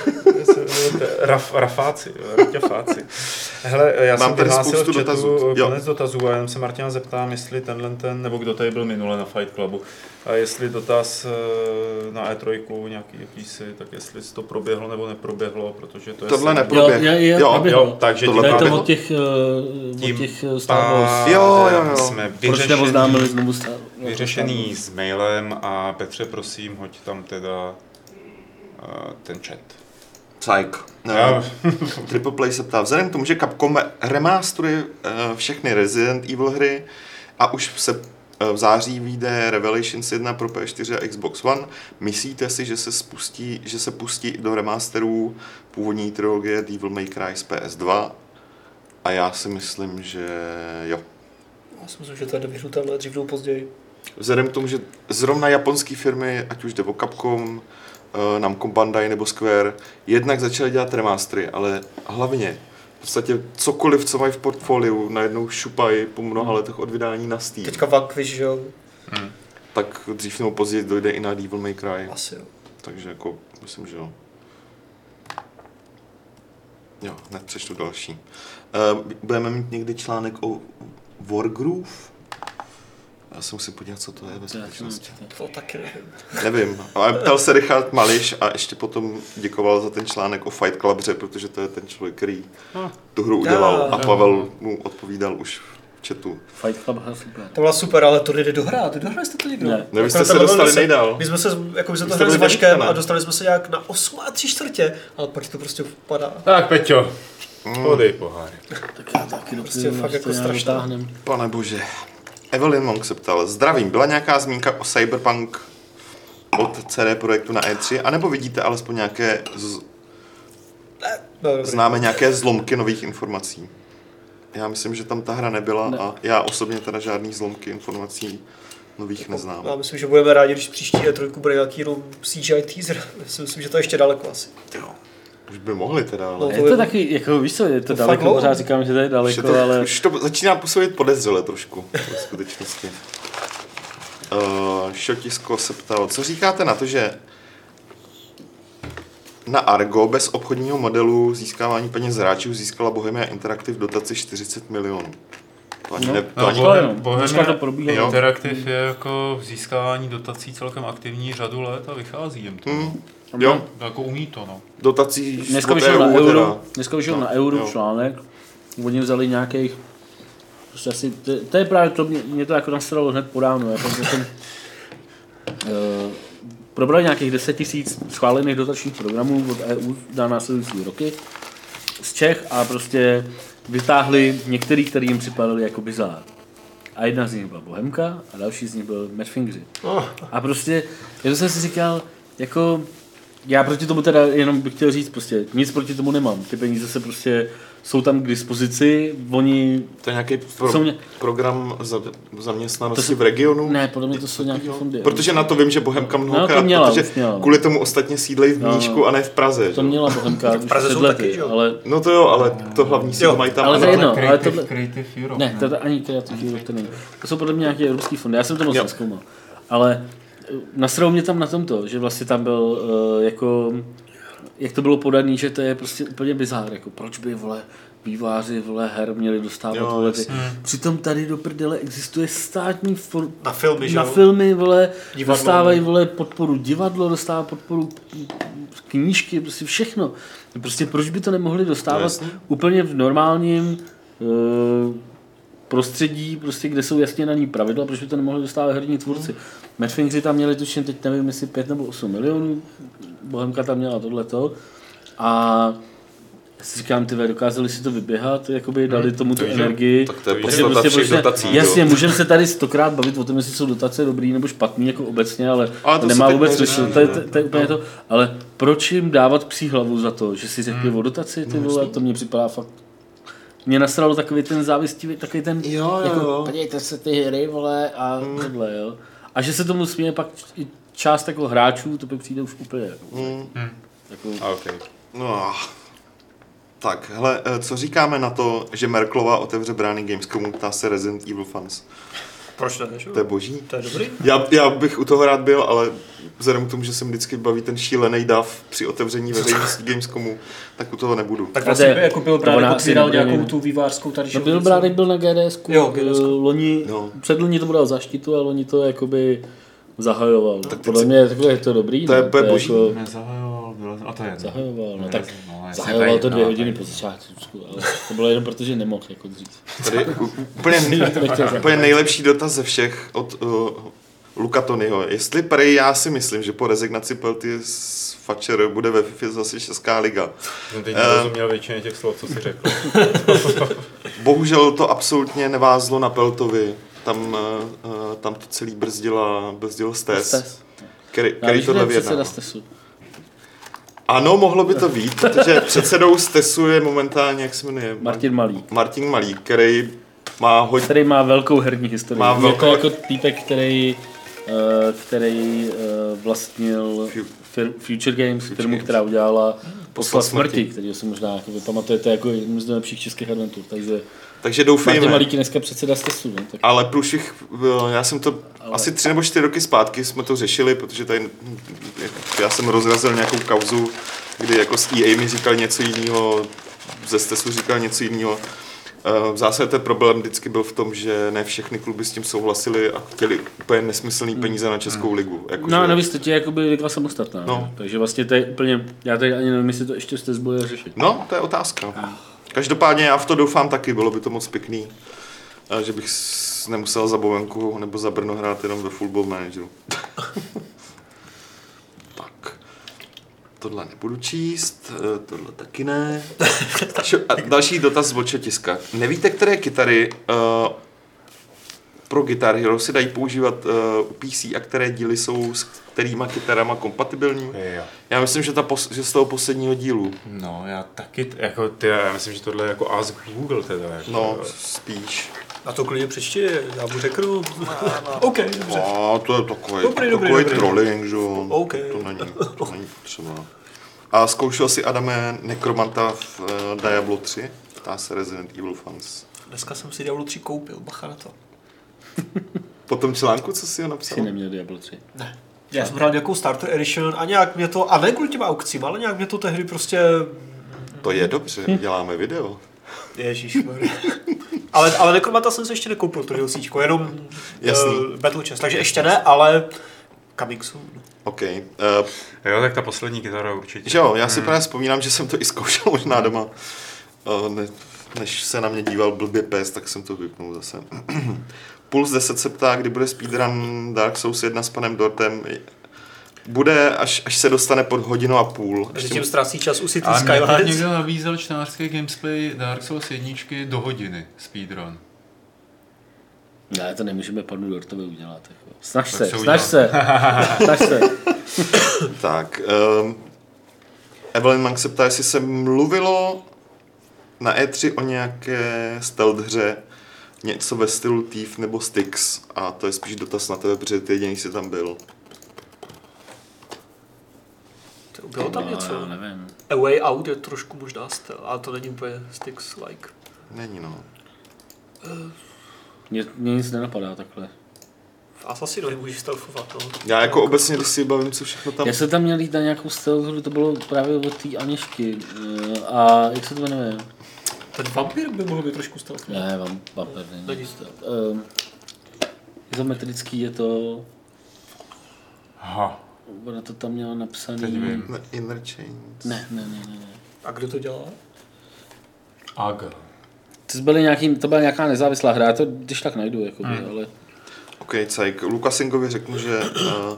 Raf, rafáci, jo, raťafáci. Hele, já Mám jsem tady vyhlásil spoustu v chatu dotazů. Jo. konec dotazů a jenom se Martina zeptám, jestli tenhle ten, nebo kdo tady byl minule na Fight Clubu, a jestli dotaz eh, na E tři nějaký jakýsi, tak jestli to proběhlo nebo neproběhlo, protože to je... Tohle sem- neproběhlo. Jo, je, je, Jo, proběhlo. Jo, takže Tohle tím To je to proběhlo. od těch, uh, od Tím těch uh, Star Wars. pádem Jo, jo, jo. jsme Proč vyřešený, neoznámili znovu Star Wars? vyřešený s mailem a Petře, prosím, hoď tam teda uh, ten chat. Cajk. Já- Triple Play se ptá, vzhledem k tomu, že Capcom remasteruje eh, všechny Resident Evil hry a už se eh, v září vyjde Revelations jedna pro P S čtyři a Xbox One, myslíte si, že se, spustí, že se pustí do remasterů původní trilogie Devil May Cry z P S dva? A já si myslím, že jo. Já si myslím, že to je nevyhnutelné dřív nebo později. Vzhledem k tomu, že zrovna japonské firmy, ať už jde o Capcom, eh, Namco Bandai nebo Square, jednak začaly dělat remastery, ale hlavně v podstatě cokoliv, co mají v portfoliu, najednou šupají po mnoha letech od vydání na Steam. Teďka Vanquish, že jo? Tak dřív nebo později dojde i na Devil May Cry. Asi jo. Takže jako, myslím, že jo. Jo, hned přečtu další. Uh, budeme mít někdy článek o Wargroove? Já se musím podívat, co to je ve skutečnosti. To taky nevím. Nevím, ale ptal se Richard Mališ a ještě potom děkoval za ten článek o Fight Clubře, protože to je ten člověk, který tu hru udělal a Pavel mu odpovídal už v chatu. Fight Club hra super. To byla super, ale to nejde dohrát. Ty dohrali jste to někdo? Ne. Ne, vy jste Jako se ten level dostali se- nejdál. My jsme se, jako my jsme Vy to jste hráli s byli Vaškem teďka, ne? a dostali jsme se nějak na osm a tři čtvrtě, ale pak to prostě vpadá. Tak Peťo, podej pohár. Tak já taky Prostě fakt jako strašné. dotáhnem. Pane bože. Evelyn Monk se ptal, zdravím, byla nějaká zmínka o Cyberpunk od C D Projektu na E tři, anebo vidíte alespoň nějaké, z... No, dobrý. známe nějaké zlomky nových informací? Já myslím, že tam ta hra nebyla Ne. a já osobně teda žádný zlomky informací nových neznám. Já myslím, že budeme rádi, když příští E tři bude nějaký jenom C G I teaser. Já si myslím, že to je ještě daleko asi. Jo. Už by mohli teda, ale... No, Je to taky, jako víš co, je to To fakt daleko, dlouho. pořád říkám, že to je Už, je daleko, to, ale... už to začíná působit podezřele trošku v skutečnosti. Uh, Šotisko se ptal, co říkáte na to, že na Argo bez obchodního modelu získávání peněz z hráčů získala Bohemia Interactive dotaci čtyřicet milionů. To ani No. ne, to No, ani, to je- Bohem, dneska to probíhá. Bohemia Jo. Interactive je jako v získávání dotací celkem aktivní řadu let a vychází jim to. Hmm, jo, Jako umí to, no. dotací Dneska od vyšel E U na teda. euro, dneska vyšel No, na euro jo. článek, oni vzali nějakých, prostě asi, to, to je právě to, mě, mě to jako nastralo hned po ránu, jako, že jsem, uh, probrali nějakých deset tisíc schválených dotačních programů od E U na následující roky z Čech a prostě vytáhli některý, který jim připadaly jako bizár. A jedna z nich byla Bohemka a další z nich byl Madfingři. Oh. A prostě, já jsem si říkal, jako, já proti tomu teda jenom bych chtěl říct, prostě nic proti tomu nemám. Ty peníze se prostě jsou tam k dispozici, oni... To je nějaký pro, Jsou mě- program za, zaměstnanosti To jsou- v regionu? Ne, podle mě to jsou nějaké fondy. Protože na to vím, že Bohemka mnohokrát, to měla, protože už měla. kvůli tomu ostatně sídlejí v No, Mníšku no. a ne v Praze. To že? měla Bohemka už Praze před jsou lety, taky, že jo? ale... No to jo, ale to hlavní sídlo mají tam. ale to je jedno. Creative, ale tohle- Creative Europe. Ne, to je ani Creative Europe to není. To jsou podle mě nějaké evropský fondy, já jsem to moc Jo. nezkoumal. Ale eh, nasralo mě tam na tomto, že vlastně tam byl uh, jako... Jak to bylo podaný, že to je prostě úplně bizár, jako proč by, vole, výváři, vole, her měli dostávat, Jo, vole, ty. jasně. Přitom tady do prdele existuje státní for... Na filmy, že na jo? filmy, vole, Divadlo. dostávají, vole, podporu divadlo, dostává podporu knížky, prostě všechno. Prostě proč by to nemohli dostávat Jasně. úplně v normálním uh, prostředí, prostě, kde jsou jasně daný pravidla, proč by to nemohli dostávat herní tvůrci. Madfingři tam měli tuším, teď nevím, jestli pět nebo osm milionů, Bohemka tam měla tohleto a já si říkám, ty ve, dokázali si to vyběhat, jakoby dali tomu tu to je, že- energii. Tak to je Takže podstata všech prostě- dotací. Jasně, jo. můžeme se tady stokrát bavit o tom, jestli jsou dotace dobrý nebo špatný, jako obecně, ale, Ale to to se nemá teď vůbec neřeší, smysl. To je, ne? to, to je úplně to. Ale proč jim dávat psí hlavu za to, že si řekli o dotaci, ty vole, to mně připadá fakt. Mě nasralo takový ten závistivý, takový ten, Jo, jo, jako, jo. podívejte se ty hry, vole, a tohle, jo. A že se tomu směje pak i část jako hráčů, to by přijde už úplně. Jako, Hmm. jako, A okay. No. Tak, hele, eh, co říkáme na to, že Merklova otevře brány Gamescomu, ptá se Resident Evil fans. Proč ne, že jo? To je boží. To je dobrý. Já, já bych u toho rád byl, ale vzhledem k tomu, že se mi vždycky baví ten šílený dav při otevření veřejnosti Gamescomu, tak u toho nebudu. Tak A vlastně to je- by jako byl to právě ona otvíral asi nebude nějakou mít. tu vývářskou tady. No byl Brádek byl na G D S, Jo, G D S. loni, No. před loni to bylo zaštitu, ale loni to jakoby zahajoval. Tak teď Podle si- mě takhle je to dobrý. To je no, úplně boží. Jako, Nezahajoval, bylo, a to je jedno. zahajoval, no Ne, tak no, jasně, zahajoval je to dvě jedno, hodiny to po je začátku, ale to bylo jenom proto, že nemohl jako dřív. Tady u- úplně, úplně nejlepší dotaz ze všech od uh, Luka Tonyho. Jestli prej já si myslím, že po rezignaci Pelty z Fatcher bude ve FIFA zase Česká liga. Jsem teď Eh. nerozuměl většině těch slov, co jsi řekl. Bohužel to absolutně nevázlo na Peltovi. Tam, uh, uh, tam to celý brzdila, brzdil Stes, Stes. který, Já který víš, tohle kdo je předseda vyjednal. Stesu. Ano, mohlo by to být, protože předsedou Stesu je momentálně, jak se jmenuje? Martin Malý, Martin Malík, který má hodně... který má velkou herní historii. Má Je velkou- to jako týpek, který, eh, který eh, vlastnil Fu- fir- Future Games, firmu, Games. která udělala Poslat Poslat smrti. smrti, který si možná jako vy pamatujete jako jednu z nejlepších českých adventů. Takže Takže Martin doufejme. Malík je dneska předseda Stesu. No, tak Ale průšvih, eh, já jsem to Ale- asi tři nebo čtyři roky zpátky jsme to řešili, protože tady hm, já jsem rozrazil nějakou kauzu, kdy jako z E A mi říkal něco jiného, ze Stesu říkal něco jiného. Eh, V zásadě ten problém vždycky byl v tom, že ne všechny kluby s tím souhlasili a chtěli úplně nesmyslný peníze na Českou ligu. Jako, No a že- navíc teď je jakoby liga samostatná. No. No. Takže vlastně to je úplně, já tady ani nevím, jestli to ještě Stes bude řešit. No, to je otázka. Každopádně já v to doufám taky, bylo by to moc pěkný, eh, že bych s- nemusel za Bovenku nebo za Brno hrát jenom ve Football Manageru. Tak, tohle nebudu číst, eh, tohle taky ne. Šo- a další dotaz z Bočetiska. Nevíte, které kytary uh, pro Guitar Hero si dají používat uh, u P C a které díly jsou s kterýma kytarama kompatibilní? Jo. Já myslím, že, ta pos- že z toho posledního dílu. No, já taky, t- jako ty, já myslím, že tohle je jako Ask Google teda. Jako, No, spíš. A to klidně přečti, já mu řeknu. OK, dobře. A to je takový, Dobrý, dobrý, takový dobrý. trolling, že jo. OK. To není, to není potřeba. A zkoušel si, Adame, Nekromanta v uh, Diablo tři? Ptá se Resident Evil fans. Dneska jsem si Diablo tři koupil, bacha na to. Po tom článku, co si ho napsal? Jsi neměl Diablo tři. Ne. Já jsem hrál nějakou Starter Edition a nějak mě to, a ne kvůli těm aukcím, ale nějak mě to tehdy prostě... To je dobře, děláme video. Ježišmarja. ale, ale Necromanta jsem se ještě nekoupil, to DLCčko, jenom Jasný. uh, Battle Chest, takže ještě ne, ale coming soon. OK. Uh, Jo, tak ta poslední kytara určitě. že jo, já si právě vzpomínám, že jsem to i zkoušel možná doma. Uh, ne, než se na mě díval blbě pes, tak jsem to vypnul zase. Puls deset se ptá, kdy bude speedrun Dark Souls jedna s panem Dortem. Bude, až, až se dostane pod hodinu a půl. Že tím ztrácí čas u City A mě teď Skylines. někdo nabízel čtenářský gameplay Dark Souls jedničky do hodiny speedrun. Ne, to nemůžeme panu Dortovi udělat. Jako. Snaž Tak se, se snaž se, snaž se. Tak, um, Evelyn Mank se ptá, jestli se mluvilo na E tři o nějaké stealth hře něco ve stylu Thief nebo Styx a to je spíš dotaz na tebe, protože ty jediný jsi tam byl. To bylo tam No, něco. já nevím. A Way Out je trošku možná styl, ale to není úplně Styx-like. Není no. Mně, mně nic nenapadá takhle. V Assassinovi můžeš stealthovat, no. Já jako obecně, když si bavím, co všechno tam... Já jsem tam měl jít na nějakou stealth hru, to bylo právě od té Aněšky. Eh, A jak se to jmenuje? Ten vampír by mohl být trošku stealth. Ne, vám vampir není. Není. stealth. Um, izometrický je to... Aha, Ona to tam měla napsaný... teď vím. Ne, Inner Chains. Ne, ne, ne, ne. ne. A kdo to dělá? Ag. To, byly nějaký, to byla nějaká nezávislá hra, já to když tak najdu, jakoby, Hmm. ale... OK, cajk. Lukasingovi řeknu, že uh,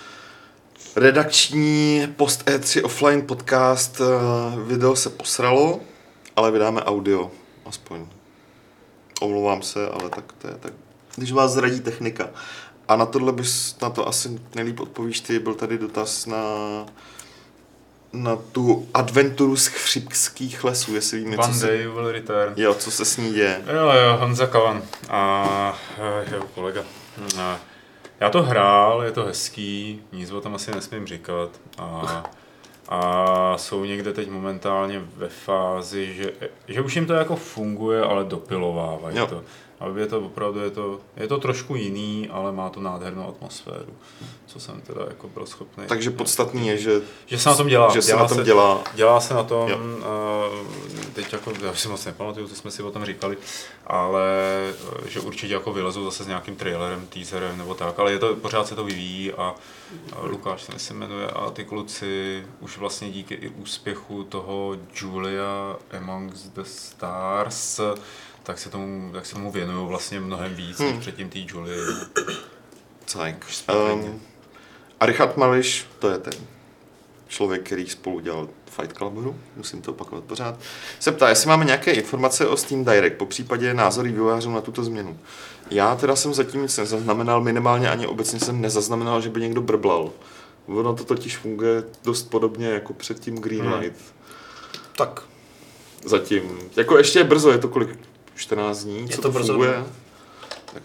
redakční post E tři offline podcast uh, video se posralo, ale vydáme audio, aspoň. Omlouvám se, ale tak to je tak. Když vás zradí technika. A na tohle bys, na to asi nejlíp odpovíš ty, byl tady dotaz na na tu adventuru z chřipských lesů, jestli vím něco. One Se... Day Will Return. Jo, co se s ní děje. Jo, jo, Honza Kavan. A jo, kolega. A, já to hrál, je to hezký, nic o tom asi nesmím říkat. A, a jsou někde teď momentálně ve fázi, že, že už jim to jako funguje, ale dopilovávají Jo. to. A je to opravdu, je to, je to trošku jiný, ale má to nádhernou atmosféru, co jsem teda jako byl schopný. Takže podstatný je, že, Že se na tom dělá. že se dělá na tom dělá. Dělá se na tom, Jo. uh, teď jako, já si moc nepamatuju, co jsme si o tom říkali, ale uh, že určitě jako vylezou zase s nějakým trailerem, teaserem nebo tak, ale je to, pořád se to vyvíjí a uh, Lukáš se se jmenuje a ty kluci už vlastně díky i úspěchu toho Julia Amongst the Stars, tak se tomu, tak se tomu věnují vlastně mnohem víc, hmm. než předtím té Julie. Cajk. Um, a Richard Mališ, to je ten člověk, který spolu dělal Fight Club hru, musím to opakovat pořád, se ptá, jestli máme nějaké informace o Steam Direct, po případě názory vývojářů na tuto změnu. Já teda jsem zatím nic nezaznamenal, minimálně ani obecně jsem nezaznamenal, že by někdo brblal. Ono to totiž funguje dost podobně jako předtím Greenlight. Hmm. Tak. Zatím. Jako ještě je brzo, je to kolik? čtrnáct dní, Je co to to brzo, funguje? no. Tak,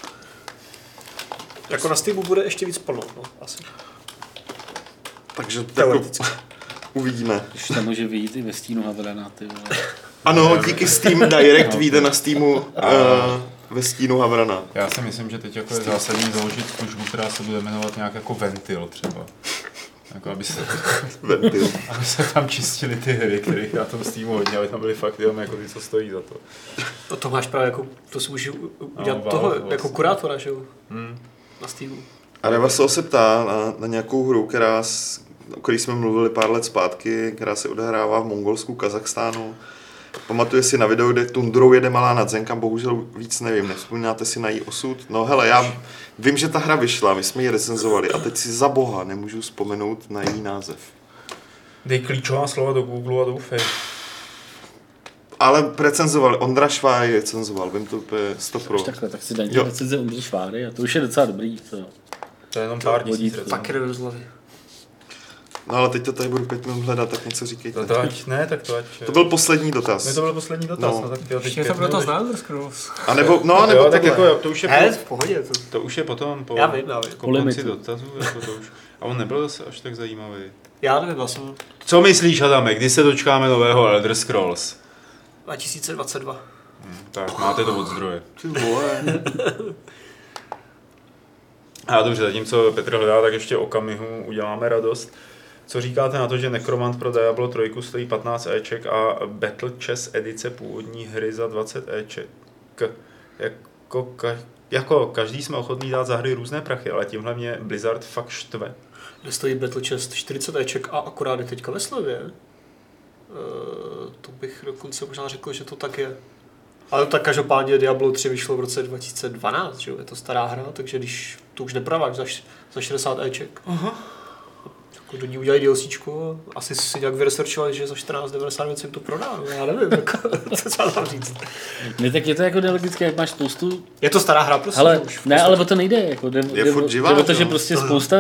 Jako na Steamu bude ještě víc plno, no, asi. takže jako, Teoreticky. uvidíme. Už tam může vyjít i ve stínu Havrana, ty vole. Ano, díky Steam Direct vyjde na Steamu uh, ve stínu Havrana. Já si myslím, že teď jako je zásadní založit službu, která se bude jmenovat nějak jako Ventil třeba. Jako aby se, Ventil. aby se tam čistili ty hry, které na tom Steamu hodně, aby tam byly fakt jenom jako ty, co stojí za to. No to máš právě jako, to si můžeš u- udělat No, toho, vlastně. jako kurátora, že jo, Hmm. na Steamu. A Revasol se ptá na, na nějakou hru, která, s- o které jsme mluvili pár let zpátky, která se odehrává v Mongolsku, Kazachstánu. Pamatuje si na video, kde tundrou jede malá nadzenka, bohužel víc nevím, nevzpomínáte si na její osud? No hele, já vím, že ta hra vyšla, my jsme ji recenzovali a teď si za boha nemůžu vzpomenout na její název. Dej klíčová slova do Google a doufej. Ale recenzovali, Ondra Šváj recenzoval, vím to úplně sto pro. Už takhle, tak si daň Jo. recenze Ondřej Šváry a to už je docela dobrý. To. To je jenom pár tisíc vodítko. recenzí. Taky nevím z hlavy. No ale teď to tady budu pět minut hledat, tak něco říkejte. To, to ať, ne, tak to ať... To byl poslední dotaz. Ne, to byl poslední dotaz, No. no, tak jo, teď Ještě pět to bylo to minut, znám, Scrolls. A nebo, no, No, nebo jo, tak tohle. jako, to už je, He, po, v pohodě. To. to už je potom, po, Já vím, já vím. po Po konci limitu. dotazů, jako to už. A on nebyl zase až tak zajímavý. Já nevím, já jsem Co myslíš, Adame, kdy se dočkáme nového Elder Scrolls? dva tisíce dvacet dva. Hm, tak, máte to od zdroje. Ty vole. A dobře, zatímco Petr hledá, tak ještě okamihu uděláme radost. Co říkáte na to, že Necromant pro Diablo tři stojí patnáct éček a Battle Chess edice původní hry za dvacet éček? Jako, ka, jako každý jsme ochotný dát za hry různé prachy, ale tímhle mě Blizzard fakt štve. Kde stojí Battle Chest čtyřicet éček a akorát je teďka ve slevě. E, to bych dokonce možná řekl, že to tak je. Ale tak každopádně Diablo tři vyšlo v roce dva tisíce dvanáct, že jo? Je to stará hra, takže když to už neprodáváš za, za šedesát éček. Aha. Jako do ní udělají DLCčko, asi si nějak vyresearchovali, že za čtrnáct devadesát devět jim to prodá, no, já nevím, jako, co se dá říct. Ne, tak je to jako nelogické, jak máš spoustu... Je to stará hra, prostě. Ale už ne, ale o to nejde. Jako, jde, Je jde, furt jde, živá, jde o to, že jo. prostě spousta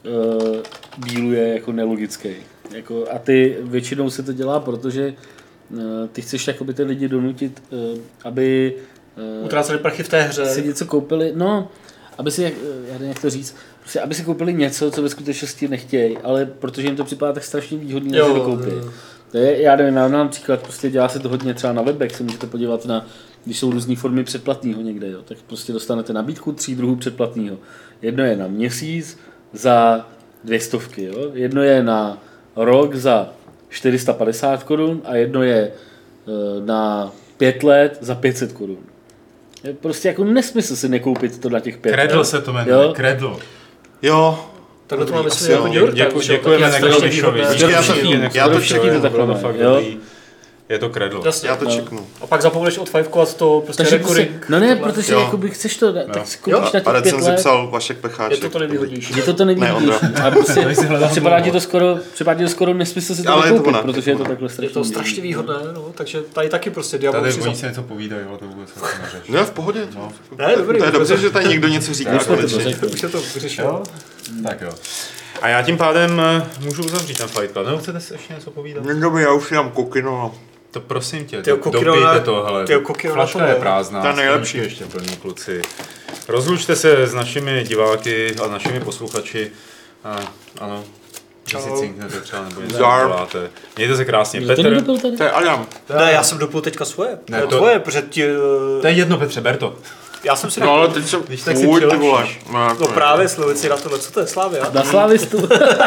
uh, dílů je jako nelogický. Jako, a ty většinou se to dělá, protože ty chceš jakoby ty lidi donutit, aby utráceli prachy v té hře. Si něco koupili, no, aby si, já nevím, jak to říct, prostě, aby si koupili něco, co ve skutečnosti nechtějí, ale protože jim to připadá tak strašně výhodný, že si to koupí. To je, já nevím, já mám příklad, prostě dělá se to hodně třeba na webech, se můžete podívat na, když jsou různé formy předplatného někde, jo, tak prostě dostanete nabídku tří druhů předplatného. Jedno je na měsíc za dvě stovky, jo? Jedno je na rok za čtyři sta padesát korun a jedno je e, na pět let za pět set korun. Je prostě jako nesmysl si nekoupit to na těch pět let. Kredl se to jmenuje, Kredl. Jo. Takhle to máme myslím jako New York Times. Děkujeme Negrovišovi. Já to čeknu. Je to Kredl. Jasně, já to no. čeknu. A pak zapomeneš odfajfkovat to prostě recurring. No ne, protože jakoby chceš to, tak si koupíš na těch a pět let. recenzi psal Vašek Pecháček. Je to to nejvýhodnější. Je to to nejvýhodnější. A prostě připadá ti to skoro, připadá ti to skoro nesmysl si to koupit, protože je to takhle strašně. Je to strašně výhodné, no, takže tady taky prostě diabol tady přizam. oni si něco povídají, ale to vůbec neřeš. Ne, v pohodě. No. Ne, dobrý. To je dobře, že tady někdo něco říká. Už se to vyřešilo. Tak jo. A já tím pádem můžu uzavřít ten Fight Club. Nebo chcete si ještě něco povídat? Někdo já už si dám kokino. To prosím tě, tyjo, do, dopijte to, hele. Tyjo, kokino flaška je prázdná. Ta nejlepší. Ještě plný, kluci. Rozlučte se s našimi diváky a našimi posluchači. A, ano. Že si cinknete třeba, nebo něco děláte. Mějte se krásně. Petr. To je Adam. Ne, já jsem dopil teďka svoje. Ne, to, tvoje, protože ti... To je jedno, Petře, ber to. Já jsem si no, ale teď jsem když tak si přilepšíš. No, no právě Slovici na tohle, co to je Slávia? Na Slavistu.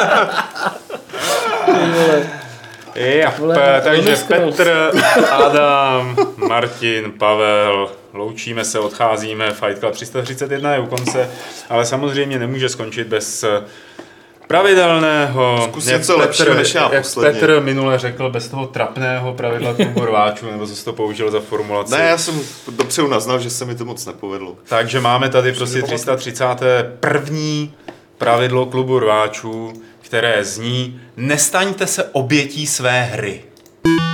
Jap, takže Petr, Adam, Martin, Pavel, loučíme se, odcházíme, Fight Club tři sta třicet jedna je u konce, ale samozřejmě nemůže skončit bez pravidelného, zkus něco lepšího než já jak posledně. Petr minule řekl, bez toho trapného pravidla klubu rváčů, nebo co jsi to použil za formulaci. Ne, já jsem dopředu naznal, že se mi to moc nepovedlo. Takže máme tady prostě tři sta třicáté první pravidlo klubu rváčů, které zní: nestaňte se obětí své hry.